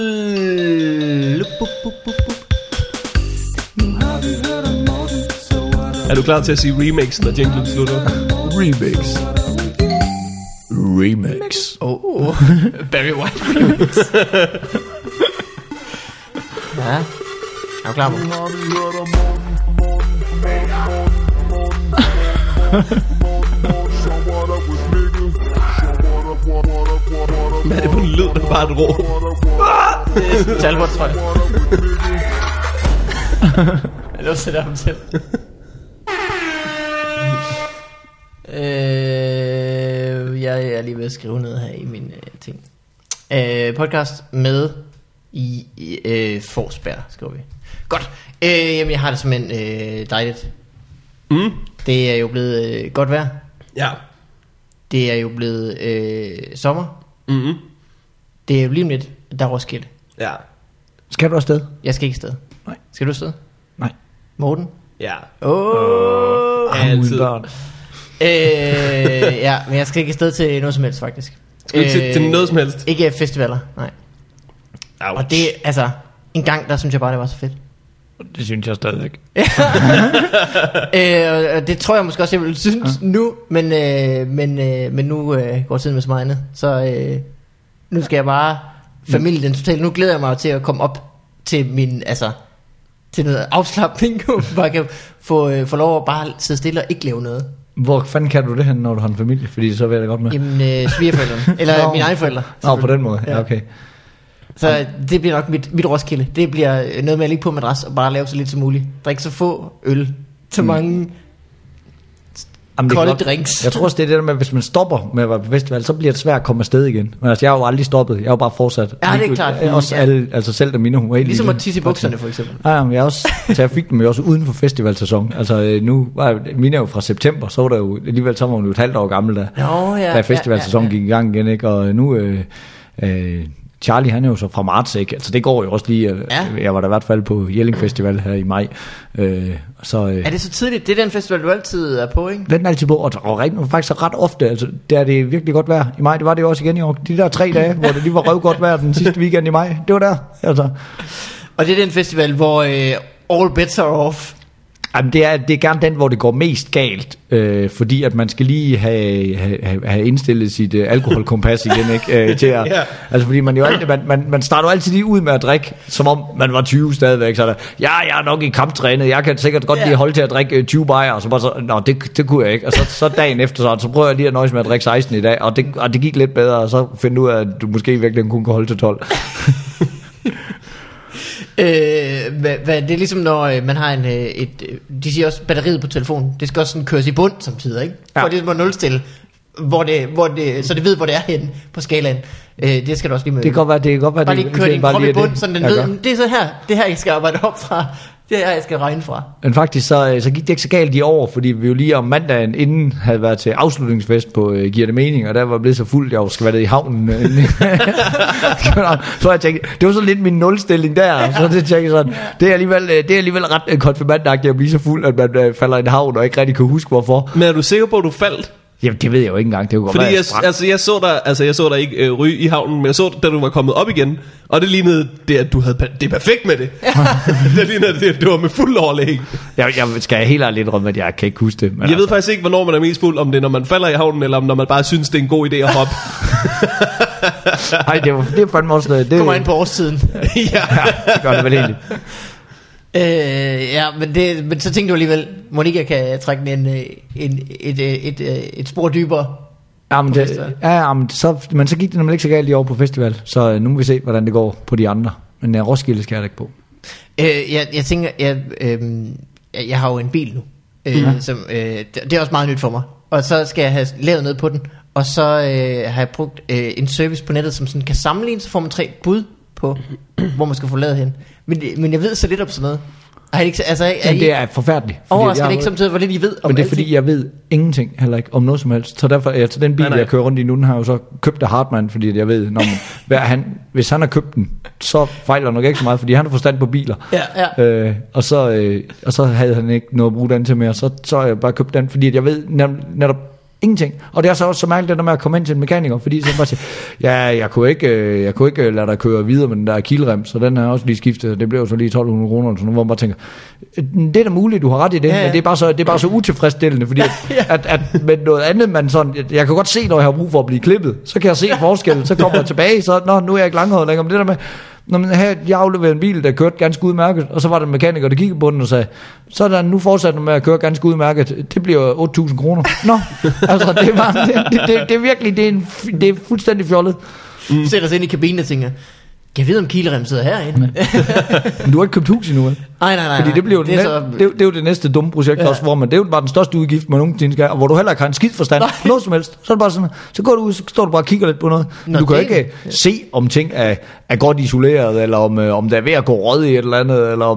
Er du klar til at sige remix, når jinglen slutter?
Remix.
Barry White remix. Ja. Er du klar på?
Hvad er det for en lyd, der bare er et råb?
Det er Talbot, tror jeg. Jeg lå til ham selv. Jeg er lige ved at skrive ned her i min ting. Podcast med i Forsberg, skriver vi. Godt. Jamen, jeg har det simpelthen dejligt. Det er jo blevet godt vejr.
Ja.
Det er jo blevet sommer. Det er jo lige om lidt, der er Roskilde.
Ja.
Skal du afsted?
Jeg skal ikke afsted.
Nej.
Skal du afsted?
Nej.
Morten?
Ja.
Altid.
Børn.
Ja, men jeg skal ikke afsted til noget som helst, faktisk.
Skal du ikke til noget som helst?
Ikke festivaler, nej.
Ouch.
Og det, altså, en gang, der synes jeg bare, det var så fedt.
Det synes jeg stadigvæk.
Det tror jeg måske også, jeg vil synes nu, men nu går tiden med så meget andet. Så nu skal jeg bare familie den totalt. Nu glæder jeg mig til at komme op til min, altså, til noget afslapning. Bare kan få lov at bare sidde stille og ikke lave noget.
Hvor fanden kan du det hen, når du har en familie? Fordi så vil jeg da godt med.
Jamen, svigerforældrene. Eller mine egne forældre.
Nå, på den måde. Ja, okay.
Så det bliver nok mit Roskilde. Det bliver noget med at ligge på madras og bare lave så lidt som muligt. Drikke så få øl. Så mange kolde drinks.
Jeg tror også, det er det der med, hvis man stopper med at være på festival, så bliver det svært at komme afsted igen. Men altså, jeg har jo aldrig stoppet. Jeg har jo bare fortsat.
Ja, det er klart.
Også alle, altså selv da mine hun var helt
ligesom at tisse i bukserne, for eksempel.
Ja, men jeg fik dem jo også uden for festivalsæson. Altså nu var mine jo fra september, så var der jo alligevel, så var hun jo et halvt år gammel da festivalsæsonen gik i gang igen, ikke? Og nu Charlie, han er jo så fra marts, ikke? Altså det går jo også lige. Jeg var da i hvert fald på Jelling Festival her i maj.
Er det så tidligt? Det er den festival, du altid er på, ikke?
Den er altid på, og faktisk ret ofte. Altså, der er det virkelig godt vejr i maj. Det var det jo også igen i år. De der 3 dage, hvor det lige var røvgodt vejr den sidste weekend i maj. Det var der. Altså.
Og det er den festival, hvor all bets are off.
Jamen, det er gerne den, hvor det går mest galt, fordi at man skal lige have indstillet sit alkoholkompas igen, ikke? Til at, altså fordi man jo altid, man starter jo altid lige ud med at drikke, som om man var 20 stadigvæk, så der, jeg er nok i kamptrænet, jeg kan sikkert godt lige holde til at drikke 20 bajer, og så bare så, nå, det kunne jeg ikke, og så dagen efter, så prøver jeg lige at nøjes med at drikke 16 i dag, og det gik lidt bedre, og så finder du ud af, at du måske virkelig kun kan holde til 12.
Det er ligesom når man har de siger også batteriet på telefonen. Det skal også sådan køres i bund samtidig, ikke? For det er nulstille, hvor det, så det ved hvor det er henne på skalaen. Det skal du også lige med.
Det kan godt være
bare lige køre din krop i bund, så den ved, det er så her, det her jeg skal arbejde op fra. Det er her jeg skal regne fra.
Men faktisk så gik det ikke så galt i år, fordi vi jo lige om mandagen inden havde været til afslutningsfest på Giver det mening, og der var blevet så fuldt, jeg var skvattet i havnen. Så jeg tænkte, det var så lidt min nulstilling der, så det tænkte jeg sådan, det er alligevel ret konfirmandagtigt at blive så fuld, at man falder i en havn og ikke rigtig kan huske hvorfor.
Men er du sikker på, at du faldt?
Jamen det ved jeg jo ikke engang. Det
fordi jeg så dig ikke ryge i havnen, men jeg så da du var kommet op igen, og det lignede det, at du havde det perfekt med det. Det lignede det, at du var med fuld overlæg.
Jeg skal helt ærligt indrømme, at jeg kan ikke huske det.
Men jeg ved faktisk ikke, hvornår man er mest fuld, om det er, når man falder i havnen, eller om når man bare synes, det er en god idé at hoppe.
Nej, det er fandme også noget.
Kommer ind på årstiden.
Ja, det gør det vel egentlig.
Men så tænkte du alligevel, Monica kan trække den et spor dybere.
Men så gik det nemlig ikke så galt i år på festival. Så nu må vi se, hvordan det går på de andre. Men Roskilde skal jeg da ikke på.
Jeg tænker, jeg har jo en bil nu, som, det er også meget nyt for mig. Og så skal jeg have lavet noget på den. Og så har jeg brugt en service på nettet, som sådan kan sammenligne, så får man 3 bud på, hvor man skal få lavet hen. Men jeg ved så lidt om sådan noget.
Men det er forfærdeligt.
Overrasker det ikke samtidig, hvor lidt I ved om.
Men det er fordi, jeg ved ingenting heller ikke om noget som helst. Så derfor, altså den bil, jeg kører rundt i nu, den har jeg jo så købt af Hartmann, fordi jeg ved, hvis han har købt den, så fejler han nok ikke så meget, fordi han har forstand på biler.
Ja.
Og så havde han ikke noget at bruge den til mere, så har jeg bare købt den, fordi jeg ved netop ingenting. Og det er så også så mærkeligt, det der med at komme ind til en mekaniker, fordi så bare siger, jeg kunne ikke lade dig køre videre med den der kielrem, så den har også lige skiftet, det blev jo så lige 1200 kroner, hvor man bare tænker, det er da muligt, du har ret i det, men det er bare så utilfredsstillende, fordi at med noget andet, man sådan, jeg kan godt se, når jeg har brug for at blive klippet, så kan jeg se forskellen, så kommer jeg tilbage, så nu er jeg ikke langhåret længere, men det der med, jeg afleverede en bil, der kørte ganske udmærket, og så var der en mekaniker, der kiggede på den og sagde, sådan nu fortsætter med at køre ganske udmærket, det bliver 8.000 kroner. Nå, altså det er virkelig, det er fuldstændig fjollet.
Sætter sig ind i kabinen og tænker, jeg ved om Kielerem sidder herinde.
Men du har ikke købt hus endnu, vel?
Nej.
Fordi det bliver det er jo det næste dumme projekt også, hvor det er jo bare den største udgift, man nogensinde skal, og hvor du heller ikke har en skidt forstand, noget som helst. Så er det bare sådan, så går du ud, så står du bare og kigger lidt på noget. Du kan ikke se, om ting er godt isoleret, eller om der er ved at gå råd i et eller andet, eller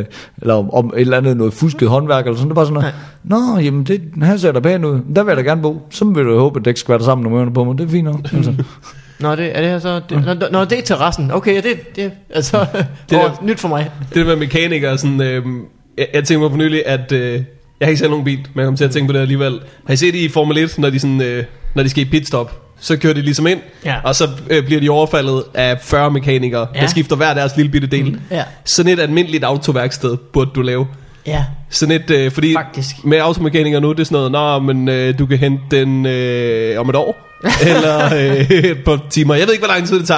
om et eller andet noget fusket håndværk, eller sådan. Det er bare sådan noget, nå, jamen det her ser da pænt ud, der vil jeg da gerne bo. Så vil du håbe, at det ikke skvatter sammen om ørerne på mig, det er fint nok. Altså.
Nå, det er det her så. Det er terrassen. Okay, det altså det er nyt for mig.
Det der med mekanikere, sådan, jeg tænker mig for nylig, at jeg har ikke set nogen bil, men jeg kommer til at tænke på det alligevel. Har I set i Formel 1, når de skal i pitstop, så kører de ligesom ind, og så bliver de overfaldet af 40 mekanikere, der skifter hver deres lille bitte del. Sådan et almindeligt autoværksted burde du lave.
Ja.
Sådan et, fordi faktisk. Med automekanikere nu, det er sådan noget, men du kan hente den om et år. Eller et par timer. Jeg ved ikke, hvor lang tid det tager.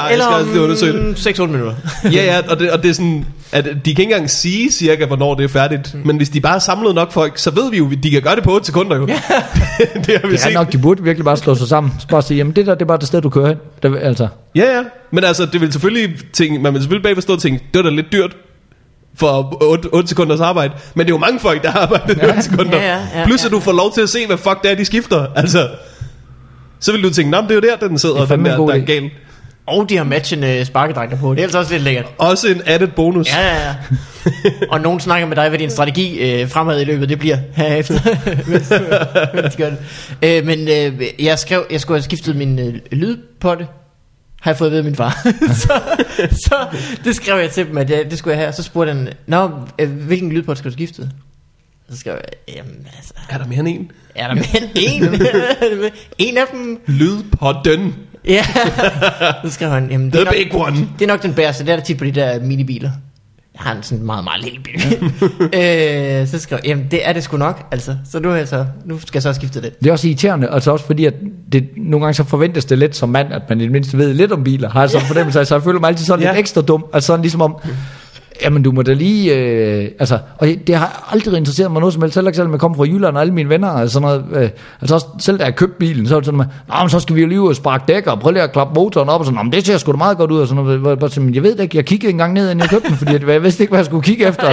Eller om 6-8 minutter.
Ja, og det er sådan, at de kan ikke engang sige cirka, hvornår det er færdigt. Men hvis de bare har samlet nok folk, så ved vi jo, de kan gøre det på 8 sekunder jo.
Ja.
Det har vi set.
Nok, de burde virkelig bare slå sig sammen. Så bare sige, jamen det er bare det sted, du kører hen. Altså.
Ja. Men altså, det vil selvfølgelig man vil selvfølgelig bagforstå og tænke, det var da lidt dyrt for 8 sekunders arbejde. Men det er jo mange folk, der har arbejdet 8 sekunder. Ja. Plus at du får lov til at se, hvad fuck det er, de skifter. Altså, så vil du tænke, nå, det er jo der, den sidder, og den der er gal.
Og de har matchende sparkedragter på. Det er altså også lidt lækkert.
Også en added bonus.
Ja. Og nogen snakker med dig, hvad din strategi fremad i løbet det bliver herefter. Mens de gør det. Men jeg skulle have skiftet min lydpotte. Har jeg fået ved af min far. så det skrev jeg til dem, at det skulle jeg have. Så spurgte han, hvilken lydpotte skal du skifte? Så skrev jeg, jamen altså,
er der mere end en?
Er der mere end en? En af dem.
Lydpotten.
Ja. Så skrev han, jamen
det er
nok den bedste. Det er der tit på de der minibiler. Jeg har en sådan meget, meget lille bil. Så skrev jeg, jamen det er det sgu nok. Altså, så nu skal jeg så skifte det.
Det er også irriterende, altså også fordi, at det, nogle gange så forventes det lidt som mand, at man i det mindste ved lidt om biler. Har jeg sådan fornemmelse af, så jeg føler mig altid sådan lidt ekstra dum. Altså sådan ligesom om, jamen du må da lige, altså, og det har aldrig interesseret mig noget som helst, heller ikke selvom jeg kommer fra Jylland og alle mine venner, altså sådan noget, altså også, selv da jeg købte bilen, så var det sådan, men så skal vi jo lige ud og sparke dækker, og prøve lige at klappe motoren op, og sådan, men det ser sgu da meget godt ud, og sådan noget, men jeg ved det ikke, jeg kiggede engang ned, inden jeg købte den, fordi jeg vidste ikke, hvad jeg skulle kigge efter,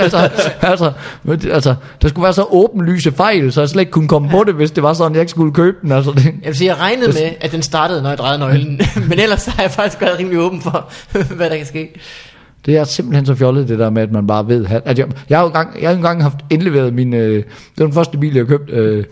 altså, der skulle være så åbenlyse fejl, så jeg slet ikke kunne komme på det, hvis det var sådan, jeg ikke skulle købe den, altså. Det,
jeg vil sige, jeg regnede med, at den startede, når jeg drejede nøglen, men ellers har jeg faktisk været rimelig åben for, hvad der kan ske.
Det er simpelthen så fjollet, det der med, at man bare ved, at jeg har jo engang haft indleveret min, det var den første bil, jeg købte,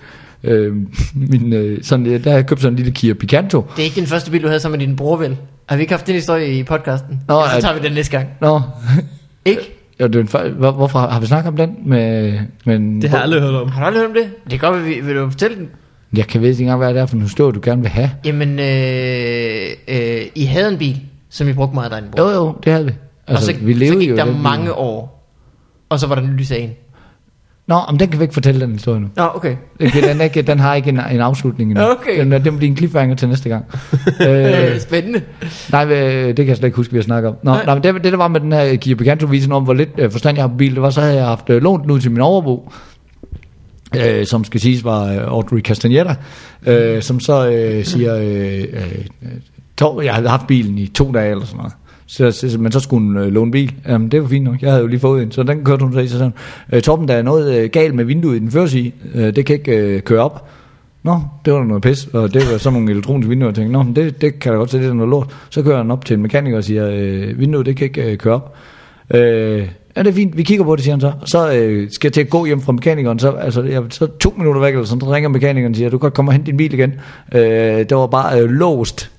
der har jeg købt sådan en lille Kia Picanto.
Det er ikke den første bil, du havde sammen med din bror, vel? Har vi ikke haft den historie i podcasten?
Nå,
så tager vi den næste gang.
Nå.
Ikke?
Hvorfor har vi snakket om den?
Det har jeg aldrig hørt om.
Har du aldrig hørt om det? Det kan godt, vil du fortælle den?
Jeg kan vist ikke engang, hvad det er for en historie, du gerne vil have.
Jamen, I havde en bil, som I brugte meget af din bror.
Jo, det havde vi. Altså,
og så gik der mange år, og så var der en lys af en.
Nå, men den kan vi ikke fortælle den historie nu.
Nå, okay.
Den har ikke en afslutning endnu.
Okay.
Den bliver en cliffhanger til næste gang.
Spændende.
Nej, det kan jeg slet ikke huske, vi har snakket om. Nej, men det der var med den her Kia Picanto-visen om, hvor lidt forstand jeg har på bil, det var, så havde jeg haft lånt den ud til min overbo, som skal siges var Audrey Castaneda, som så siger, jeg havde haft bilen i 2 dage eller sådan noget. Men så skulle hun låne bil. Jamen, det var fint nok. Jeg havde jo lige fået en, så den kørte hun så i sig sådan. Torben, der er noget galt med vinduet i den førerside. Det kan ikke køre op. Nå, det var noget pis. Og det var sådan nogle elektroniske vinduer. Jeg tænkte, nå, det kan da godt se, det er noget lort. Så kører han op til en mekaniker og siger, vinduet, det kan ikke køre op. ja, det er fint, vi kigger på det, siger han så. Og så skal jeg til at gå hjem fra mekanikeren, så 2 minutter væk, eller sådan, så ringer mekanikeren og siger, du kan komme og hente din bil igen. Det var bare låst.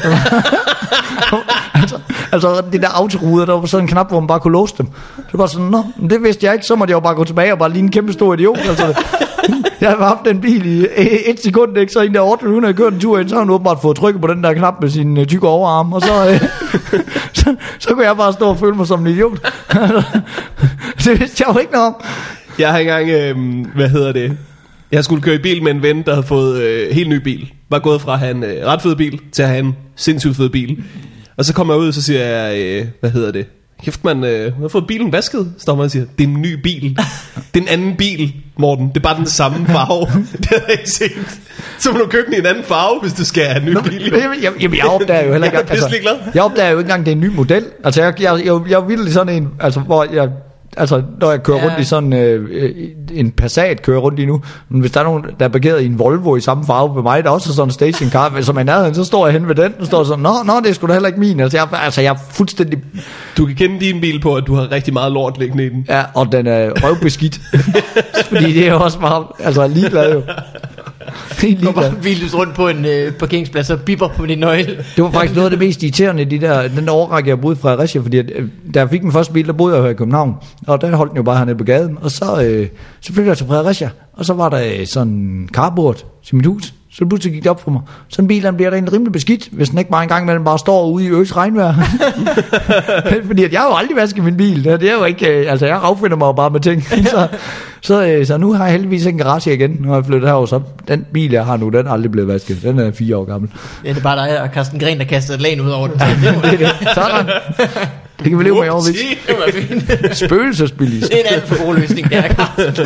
altså de der autoruder, der var sådan en knap, hvor man bare kunne låse dem. Det var sådan, nå, det vidste jeg ikke, så måtte jeg jo bare gå tilbage og bare ligne en kæmpe stor idiot. Altså, jeg har haft den bil i 1 sekund, ikke? Så en der 800 kørte en tur ind, så har han åbenbart fået trykket på den der knap med sin tykke overarm, og så kunne jeg bare stå og føle mig som en idiot. Det vidste jeg jo ikke noget om.
Jeg har engang, jeg skulle køre i bil med en ven, der havde fået helt ny bil. Var gået fra at have en ret fed bil til at have en sindssygt fed bil. Og så kommer jeg ud, og så siger jeg, kæft man, har fået bilen vasket? Står man og siger, det er en ny bil. Det er en anden bil, Morten. Det er bare den samme farve. Det har jeg ikke set. Så må du købe den i en anden farve, hvis du skal have en ny bil.
Jamen, jeg opdager jo heller ikke. Jeg opdager jo ikke engang, det er en ny model. Altså, jeg er virkelig sådan en, altså, hvor jeg... Altså, når jeg kører rundt i sådan en Passat kører rundt i nu, men hvis der er nogen, der er parkeret i en Volvo i samme farve med mig, der også er sådan en stationcar, som er nærheden, så står jeg hen ved den, og står sådan, nå, det er sgu da heller ikke min. Altså, jeg er fuldstændig...
Du kan kende din bil på, at du har rigtig meget lort liggende i den.
Ja, og den er røvbeskidt. Fordi det er også meget, altså, ligeglad jo.
Du går bare vildt rundt på en parkeringsplads og bipper på din nøgle.
Det var faktisk noget af det mest irriterende, den der årrække, jeg boede fra Fredericia, fordi da jeg fik den første bil, der boede jeg her i København, og der holdt den jo bare hernede på gaden, og så flyttede jeg til Fredericia, og så var der sådan en carport til mit hus, så pludselig gik det op for mig. Sådan en bil, den bliver da en rimelig beskidt, hvis den ikke bare en gang imellem bare står ude i øs regnvejr. Fordi at jeg har jo aldrig vasket min bil, det er jo ikke, altså jeg affinder mig jo bare med ting. Så nu har jeg heldigvis en garage igen, når jeg flyttet herovre, så den bil, jeg har nu, den er aldrig blevet vasket. Den er 4 år gammel.
Ja, det er bare dig og Carsten Gren, der kaster et lag ud over den.
Sådan. Det kan vi leve med i overvis.
Det var fint.
Spøgelsesbilist.
Det er en alt for god løsning, det er, Carsten.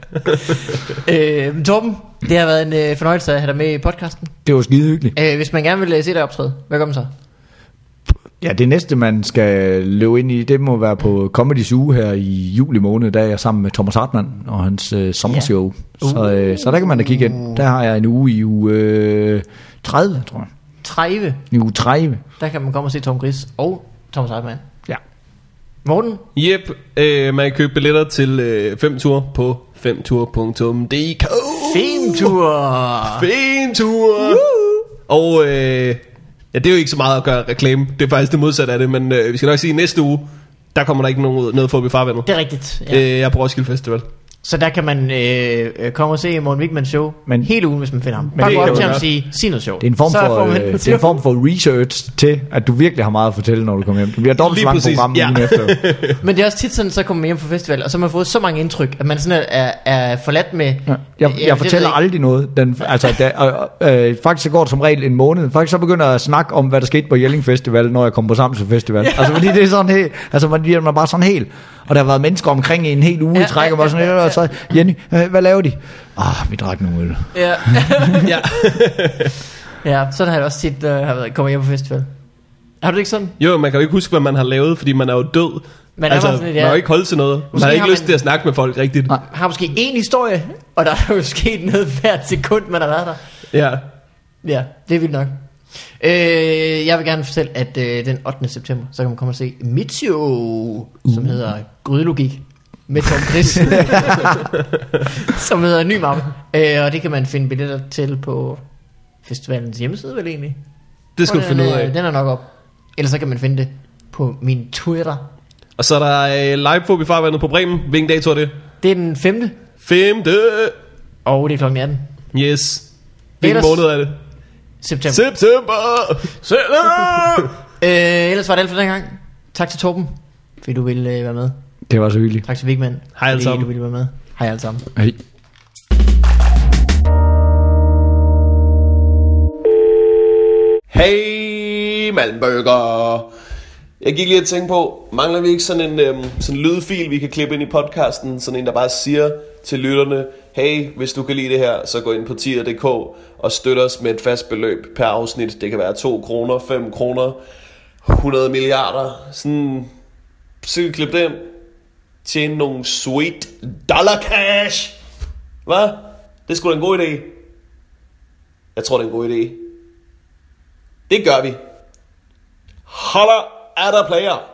Torben, det har været en fornøjelse at have dig med i podcasten.
Det var skide hyggeligt.
Hvis man gerne vil se dig optræde, hvad gør man så?
Ja, det næste man skal løbe ind i, det må være på Comedy Zoo her i juli måned, der er jeg sammen med Thomas Hartmann og hans sommershow. Ja. Så der kan man da kigge ind. Der har jeg en uge i uge 30, tror jeg.
30?
I uge 30.
Der kan man komme og se Tom Gris og Thomas Hartmann.
Ja.
Morten?
Yep, man kan købe billetter til 5 ture på 5tur.dk.
5 ture!
5 ture! Og ja, det er jo ikke så meget at gøre reklame. Det er faktisk det modsatte af det. Men vi skal nok sige, at næste uge, der kommer der ikke noget for at blive farvandet.
Det er rigtigt,
ja. Jeg er på Roskilde Festival.
Så der kan man komme og se Morten Wigmans show hele ugen, hvis man finder ham. Bare gå op til ham og sige noget show.
Det er en form for research til, at du virkelig har meget at fortælle, når du kommer hjem. Du bliver dobbelt så langt program ugen efter.
Men det er også tit sådan, så kommer man hjem fra festival, og så har man fået så mange indtryk, at man sådan er forladt med...
Ja. Jeg fortæller aldrig noget. Faktisk så går det som regel en måned. Faktisk så begynder jeg at snakke om, hvad der skete på Jelling Festival, når jeg kommer på Samsø Festival. Altså fordi det er sådan helt... Altså man bliver bare sådan helt... Og der har været mennesker omkring i en hel uge, trækker mig sådan lidt, og så, Jenny, hvad laver de? Vi drak nogle øl.
Ja. Ja, sådan har jeg også tit kommet hjem på festival. Har du det ikke sådan?
Jo, man kan jo ikke huske, hvad man har lavet, fordi man er jo død. Man har jo ikke holdt til noget. Man har ikke lyst til at snakke med folk rigtigt.
Nej. Har måske en historie, og der er jo sket noget hvert sekund, man har været der. Ja, det er vildt nok. Jeg vil gerne fortælle, at den 8. september, så kan man komme og se mit show, som hedder Grydelogik, med Tom Gris, som hedder Ny Mappe. Og det kan man finde billetter til på festivalens hjemmeside, vel egentlig.
Det skal du finde ud af.
Den er nok op. Ellers så kan man finde det på min Twitter.
Og så er der live Fobi Farvandet på Bremen. Hvilken dato er det?
Det er den 5.
5.
Og det er klokken 18.
Yes. Hvilken måned er det?
September. Ellers var det alt for den gang. Tak til Torben, fordi du ville være med.
Det var så hyggeligt.
Tak til Wigman,
hej alle sammen.
Du ville være med. Hej alle sammen.
Hej.
Hey Malmbøger. Jeg gik lige at tænke på, mangler vi ikke sådan en lydfil, vi kan klippe ind i podcasten, sådan en, der bare siger til lytterne, hey, hvis du kan lide det her, så gå ind på tier.dk og støt os med et fast beløb per afsnit. Det kan være 2 kroner, 5 kroner, 100 milliarder. Sådan, så kan vi klippe det ind. Tjene nogle sweet dollar cash. Hvad? Det er sgu da en god idé. Jeg tror, det er en god idé. Det gør vi. Holla at a player.